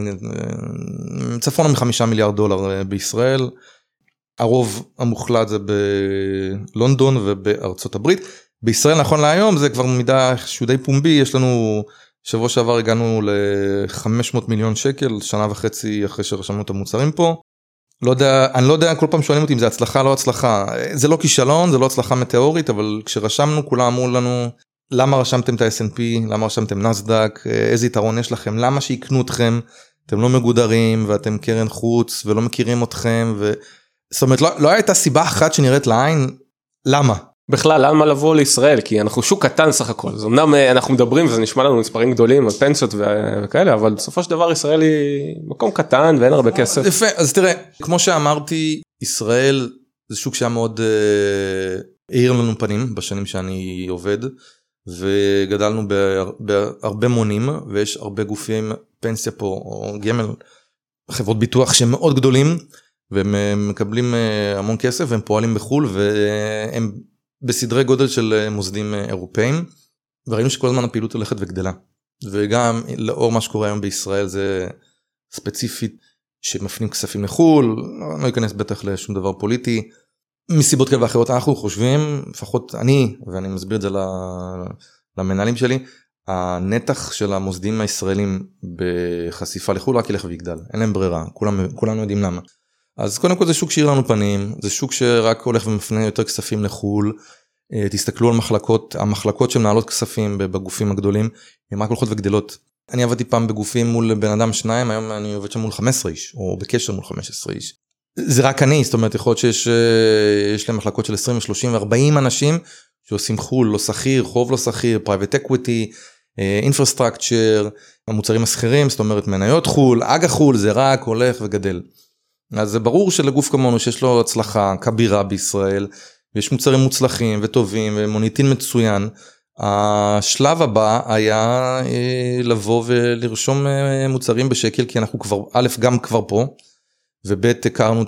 צפונה מחמישה מיליארד דולר בישראל, הרוב המוחלט זה בלונדון ובארצות הברית, בישראל נכון להיום זה כבר מידע שהוא די פומבי, יש לנו... שבוע שעבר הגענו ל-חמש מאות מיליון שקל, שנה וחצי אחרי שרשמנו את המוצרים פה. לא יודע, אני לא יודע, כל פעם שואלים אותי אם זה הצלחה, לא הצלחה. זה לא כישלון, זה לא הצלחה מטאורית, אבל כשרשמנו, כולם אמרו לנו, למה רשמתם את ה-אס אנד פי, למה רשמתם נסדק, איזה יתרון יש לכם, למה שיקנו אתכם, אתם לא מגודרים, ואתם קרן חוץ, ולא מכירים אתכם, ו... זאת אומרת, לא, לא הייתה סיבה אחת שנראית לעין, למה? בכלל, למה לבוא לישראל? כי אנחנו שוק קטן סך הכל. אז אמנם אנחנו מדברים, וזה נשמע לנו מספרים גדולים, על פנסיות וכאלה, אבל בסופו של דבר ישראל היא מקום קטן, ואין הרבה כסף. יפה, אז תראה, כמו שאמרתי, ישראל זה שוק שהיה מאוד העיר לנו פנים, בשנים שאני עובד, וגדלנו בהרבה מונים, ויש הרבה גופים, פנסיה פה, או גמל, חברות ביטוח שהם מאוד גדולים, והם מקבלים המון כסף, והם פועלים בחול, והם בסדרי גודל של מוסדים אירופאים, וראינו שכל הזמן הפעילות הולכת וגדלה. וגם לאור מה שקורה היום בישראל, זה ספציפית שמפנים כספים לחול, לא ייכנס בטח לשום דבר פוליטי, מסיבות כאלה ואחרות אנחנו חושבים, לפחות אני, ואני מסביר את זה למנהלים שלי, הנתח של המוסדים הישראלים בחשיפה לחול רק ילך ויגדל, אין להם ברירה, כולם, כולנו יודעים למה. אז קודם כל זה שוק שאיר לנו פנים, זה שוק שרק הולך ומפנה יותר כספים לחול, תסתכלו על מחלקות, המחלקות שמנהלות כספים בגופים הגדולים, הן רק הולכות וגדלות. אני עבדתי פעם בגופים מול בן אדם שניים, היום אני עובד שם מול חמש עשרה איש, או בקשר מול חמש עשרה איש. זה רק אני, זאת אומרת, יכול להיות שיש יש להם מחלקות של עשרים, שלושים ו-ארבעים אנשים, שעושים חול, לא שכיר, חוב לא שכיר, private equity, infrastructure, המוצרים הסחירים, זאת אומרת, מניות חול, אג"ח חול, זה רק הולך וגדל. אז זה ברור שלגוף כמונו שיש לו הצלחה כבירה בישראל, ויש מוצרים מוצלחים וטובים ומוניטין מצוין, השלב הבא היה לבוא ולרשום מוצרים בשקל, כי אנחנו כבר, א', גם כבר פה, וב' הכרנו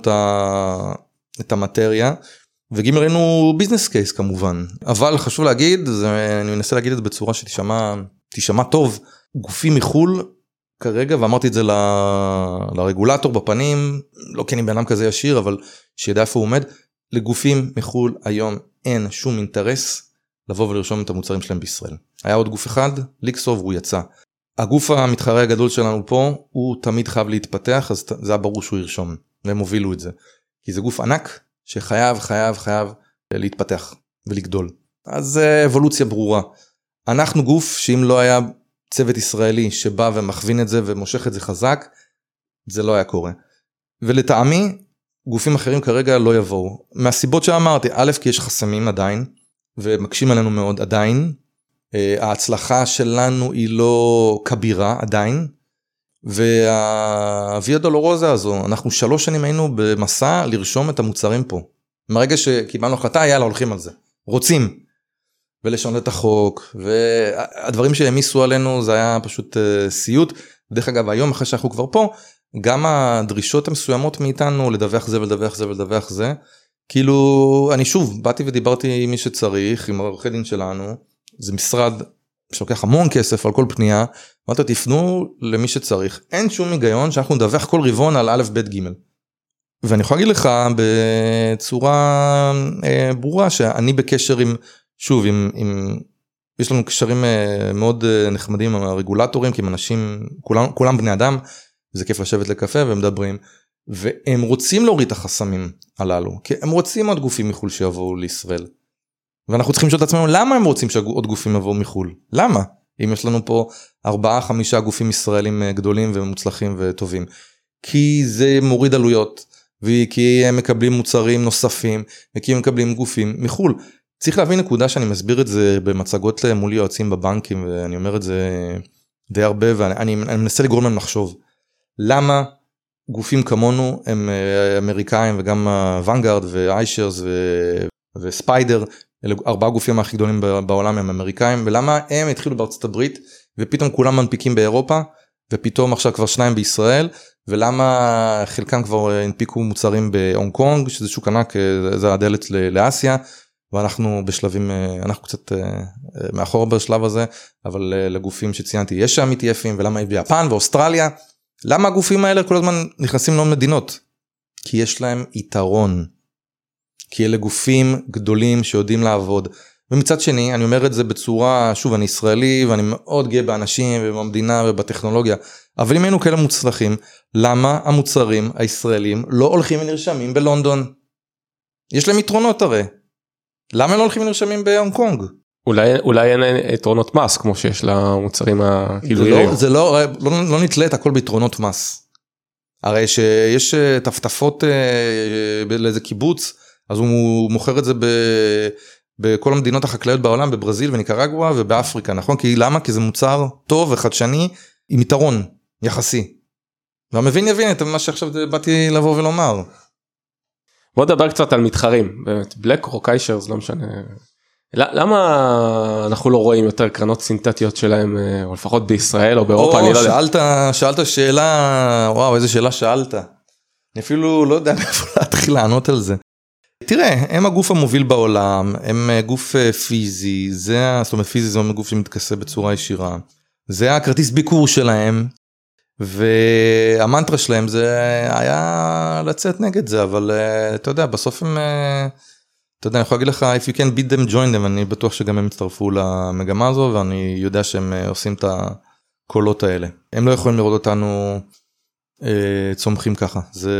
את המטריה, וג' ראינו ביזנס קייס כמובן, אבל חשוב להגיד, זה, אני מנסה להגיד את זה בצורה שתשמע, תשמע טוב, גופים מחול, כרגע, ואמרתי את זה ל... לרגולטור בפנים, לא כן עם בן אדם כזה ישיר, אבל שידע איפה הוא עומד, לגופים מחול היום אין שום אינטרס לבוא ולרשום את המוצרים שלהם בישראל. היה עוד גוף אחד, ליקסוב, הוא יצא. הגוף המתחרה הגדול שלנו פה, הוא תמיד חייב להתפתח, אז זה היה ברור שהוא ירשום, והם הובילו את זה. כי זה גוף ענק שחייב, חייב, חייב להתפתח ולגדול. אז זה אבולוציה ברורה. אנחנו גוף שאם לא היה צוות ישראלי שבא ומכווין את זה ומושך את זה חזק, זה לא היה קורה. ולטעמי, גופים אחרים כרגע לא יבואו. מהסיבות שאמרתי, א', כי יש חסמים עדיין, ומקשים עלינו מאוד עדיין, ההצלחה שלנו היא לא כבירה עדיין, והוויה דולורוזה הזו, אנחנו שלוש שנים היינו במסע לרשום את המוצרים פה. מרגע שקיבלנו החלטה, יאללה, הולכים על זה. רוצים. ולשנות את החוק, והדברים שהמיסו עלינו, זה היה פשוט סיוט. דרך אגב, היום אחרי שאנחנו כבר פה, גם הדרישות המסוימות מאיתנו, לדווח זה ולדווח זה ולדווח זה, כאילו, אני שוב, באתי ודיברתי עם מי שצריך, עם עורכי דין שלנו, זה משרד שלוקח המון כסף על כל פנייה, אמרתי, תפנו למי שצריך. אין שום היגיון שאנחנו נדווח כל רבעון על א' ב' ג'. ואני יכול להגיד לך בצורה אה, ברורה, שאני בקשר עם, שוב, עם, עם, יש לנו קשרים אה, מאוד אה, נחמדים עם הרגולטורים, כי הם אנשים, כולם, כולם בני אדם, זה כיף לשבת לקפה ומדברים, והם רוצים להוריד את החסמים הללו, כי הם רוצים עוד גופים מחול שיבואו לישראל. ואנחנו צריכים לשאול את עצמנו, למה הם רוצים שעוד גופים יבואו מחול? למה? אם יש לנו פה ארבעה, חמישה גופים ישראלים גדולים ומוצלחים וטובים. כי זה מוריד עלויות, וכי הם מקבלים מוצרים נוספים, וכי הם מקבלים גופים מחול. צריך להבין נקודה שאני מסביר את זה במצגות מול יועצים בבנקים, ואני אומר את זה די הרבה, ואני אני מנסה לגרום להם לחשוב. למה גופים כמונו הם אמריקאים, וגם ונגארד ואיישרס וספיידר, אלה ארבעה גופים הכי גדולים בעולם הם אמריקאים, ולמה הם התחילו בארצות הברית, ופתאום כולם מנפיקים באירופה, ופתאום עכשיו כבר שניים בישראל, ולמה חלקם כבר הנפיקו מוצרים בהונג קונג, שזה שוק ענק, זה הדלת לאסיה, ואנחנו בשלבים, אנחנו קצת מאחור בשלב הזה, אבל לגופים שציינתי, יש שם אי טי אפים, ולמה היא ביפן ואוסטרליה, למה הגופים האלה כל הזמן נכנסים לעוד מדינות? כי יש להם יתרון. כי אלה גופים גדולים שיודעים לעבוד. ומצד שני, אני אומר את זה בצורה, שוב, אני ישראלי, ואני מאוד גאה באנשים ובמדינה ובטכנולוגיה, אבל אם היינו כאלה מוצלחים, למה המוצרים הישראלים לא הולכים ונרשמים בלונדון? יש להם יתרונות הרי. למה הם לא הולכים ונרשמים בהונג קונג? אולי, אולי אין יתרונות מס, כמו שיש למוצרים הכאילו. זה לא, לא, לא, לא נתלית הכל ביתרונות מס. הרי שיש טפטפות לאיזה קיבוץ, אז הוא מוכר את זה ב, בכל המדינות החקלאיות בעולם, בברזיל וניקרגואה ובאפריקה, נכון? כי למה? כי זה מוצר טוב וחדשני, עם יתרון יחסי. והמבין יבין את מה שעכשיו באתי לבוא ולומר. בוא נדבר קצת על מתחרים, באמת, בלק רוק איישרס, לא משנה. למה אנחנו לא רואים יותר קרנות סינתטיות שלהם, או לפחות בישראל או באירופה? או, שאלת, שאלת שאלה, וואו, איזה שאלה שאלת. אני אפילו לא יודע איפה להתחיל לענות על זה. תראה, הם הגוף המוביל בעולם, הם גוף פיזי, זה, זאת אומרת פיזי זה גוף שמתכסה בצורה ישירה, זה הכרטיס ביקור שלהם, והמנטרה שלהם זה היה לצאת נגד זה, אבל אתה יודע, בסוף הם, אתה יודע, אני יכול להגיד לך, if you can beat them, join them, אני בטוח שגם הם יצטרפו למגמה הזו, ואני יודע שהם עושים את הקולות האלה. הם לא יכולים לראות אותנו צומחים ככה, זה...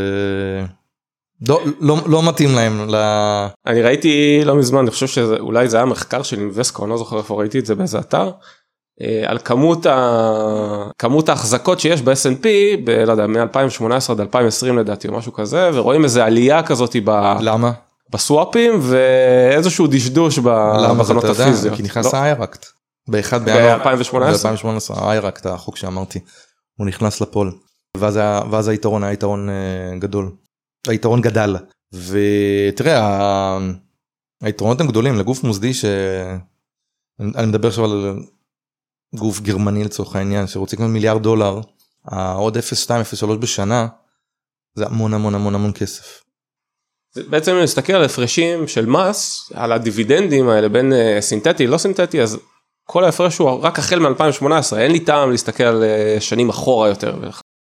לא, לא, לא מתאים להם. אני ראיתי לא מזמן, אני חושב שאולי זה היה מחקר של אינבסקו, אני לא זוכר איפה ראיתי את זה באיזה אתר, על כמות, ה... כמות ההחזקות שיש ב-אס אנד פי, ב- לא יודע, מ-אלפיים שמונה עשרה עד אלפיים ועשרים לדעתי, או משהו כזה, ורואים איזה עלייה כזאת ב... למה? בסוואפים, ואיזשהו דשדוש בחנות הפיזיות. כי נכנס האיירקט. באחד ב-אלפיים שמונה עשרה. ב-אלפיים שמונה עשרה, האיירקט, החוק שאמרתי, הוא נכנס לפול. ואז, ואז היתרון היה יתרון גדול. היתרון גדל. ותראה, היתרונות הם גדולים, לגוף מוסדי ש... אני מדבר עכשיו על גוף גרמני לצורך העניין, שרוצים כמו מיליארד דולר, עוד אפס נקודה שתיים אפס נקודה שלוש בשנה, זה המון המון המון המון כסף. בעצם אם נסתכל על הפרשים של מס, על הדיבידנדים האלה בין סינתטי לא סינתטי, אז כל ההפרש הוא רק החל מ-אלפיים שמונה עשרה, אין לי טעם להסתכל על שנים אחורה יותר.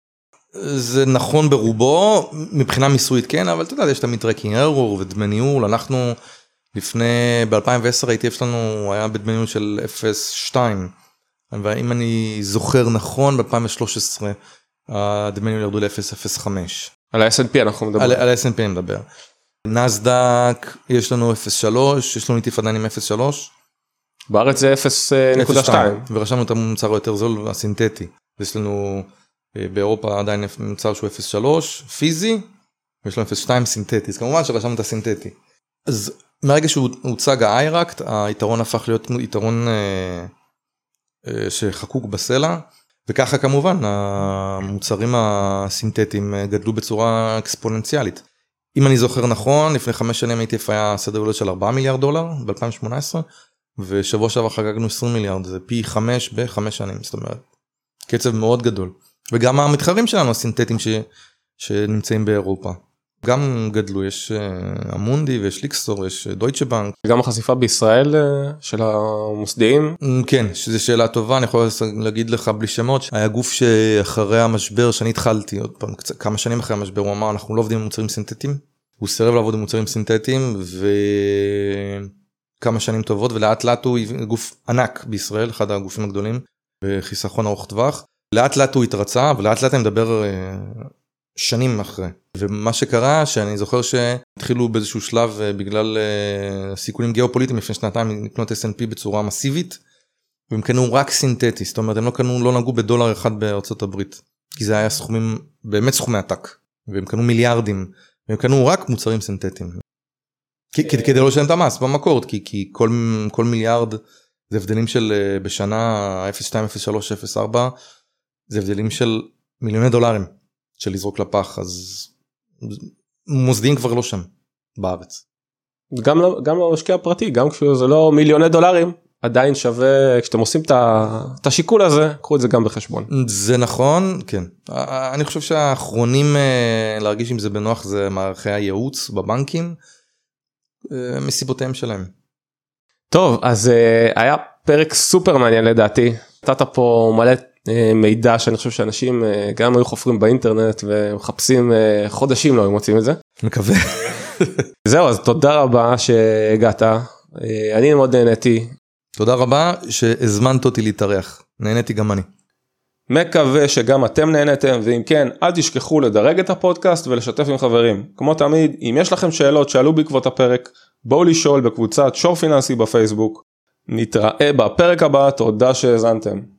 זה נכון ברובו, מבחינה מיסויית כן, אבל אתה יודע, יש תמיד טרקינג ארור ודמי ניהול, אנחנו לפני, ב-אלפיים ועשר ה-איי טי אף שלנו היה בדמי ניהול של אפס נקודה שתיים, ואם אני זוכר נכון, ב-אלפיים ושלוש עשרה, הדמי ניהול ירדו ל-אפס נקודה אפס חמש. על ה-אס אנד פי אנחנו מדברים. על ה-אס אנד פי אני מדבר. נסדק, יש לנו אפס נקודה שלוש, יש לנו ניטיף עדיין עם אפס נקודה שלוש. בארץ זה אפס נקודה שתיים. ורשמנו את המוצר היותר זול, הסינתטי. יש לנו באירופה עדיין מוצר שהוא אפס נקודה שלוש, פיזי, ויש לו אפס שתיים סינתטי, אז כמובן שרשמנו את הסינתטי. אז מרגע שהוא הוצג ה-אירקט, היתרון הפך להיות יתרון אה, אה, שחקוק בסלע, וככה כמובן המוצרים הסינתטיים גדלו בצורה אקספוננציאלית. אם אני זוכר נכון, לפני חמש שנים הייתי היה סדר גודל של ארבעה מיליארד דולר ב-אלפיים שמונה עשרה, ושבוע שעבר חגגנו עשרים מיליארד, זה פי חמש בחמש שנים, זאת אומרת, קצב מאוד גדול. וגם המתחרים שלנו הסינתטיים ש, שנמצאים באירופה, גם גדלו, יש המונדי ויש ליקסטור, יש דויטשה בנק. גם החשיפה בישראל של המוסדיים? כן, שזו שאלה טובה, אני יכול להגיד לך בלי שמות, היה גוף שאחרי המשבר שאני התחלתי, עוד פעם, כמה שנים אחרי המשבר, הוא אמר, אנחנו לא עובדים עם מוצרים סינתטיים, הוא סירב לעבוד עם מוצרים סינתטיים, וכמה שנים טובות, ולאט לאט הוא גוף ענק בישראל, אחד הגופים הגדולים, בחיסכון ארוך טווח, לאט לאט הוא התרצה, ולאט לאט אני מדבר שנים אחרי. ומה שקרה, שאני זוכר שהתחילו באיזשהו שלב בגלל סיכונים גיאופוליטיים לפני שנתיים לקנות אס אנד פי בצורה מסיבית, והם קנו רק סינתטי, זאת אומרת, הם לא קנו, לא נגעו בדולר אחד בארצות הברית, כי זה היה סכומים, באמת סכומי עתק, והם קנו מיליארדים, והם קנו רק מוצרים סינתטיים. כדי לא לשלם את המס במקור, כי כל, כל מיליארד זה הבדלים של בשנה אפס שתיים, אפס שלוש, אפס ארבע, זה הבדלים של מיליוני דולרים של לזרוק לפח, אז מוסדיים כבר לא שם בארץ. גם לא, גם לא משקיע פרטי, גם כשזה לא מיליוני דולרים, עדיין שווה, כשאתם עושים את השיקול הזה, קחו את זה גם בחשבון. זה נכון, כן. אני חושב שהאחרונים להרגיש עם זה בנוח, זה מערכי הייעוץ בבנקים, מסיבותיהם שלהם. טוב, אז היה פרק סופר מעניין לדעתי, נתת פה מלא מידע שאני חושב שאנשים גם היו חופרים באינטרנט ומחפשים חודשים לא היו מוצאים את זה. מקווה. זהו, אז תודה רבה שהגעת, אני מאוד נהניתי. תודה רבה שהזמנת אותי להתארח, נהניתי גם אני. מקווה שגם אתם נהניתם, ואם כן, אל תשכחו לדרג את הפודקאסט ולשתף עם חברים. כמו תמיד, אם יש לכם שאלות שעלו בעקבות הפרק, בואו לשאול בקבוצת שור פיננסי בפייסבוק. נתראה בפרק הבא, תודה שהזנתם.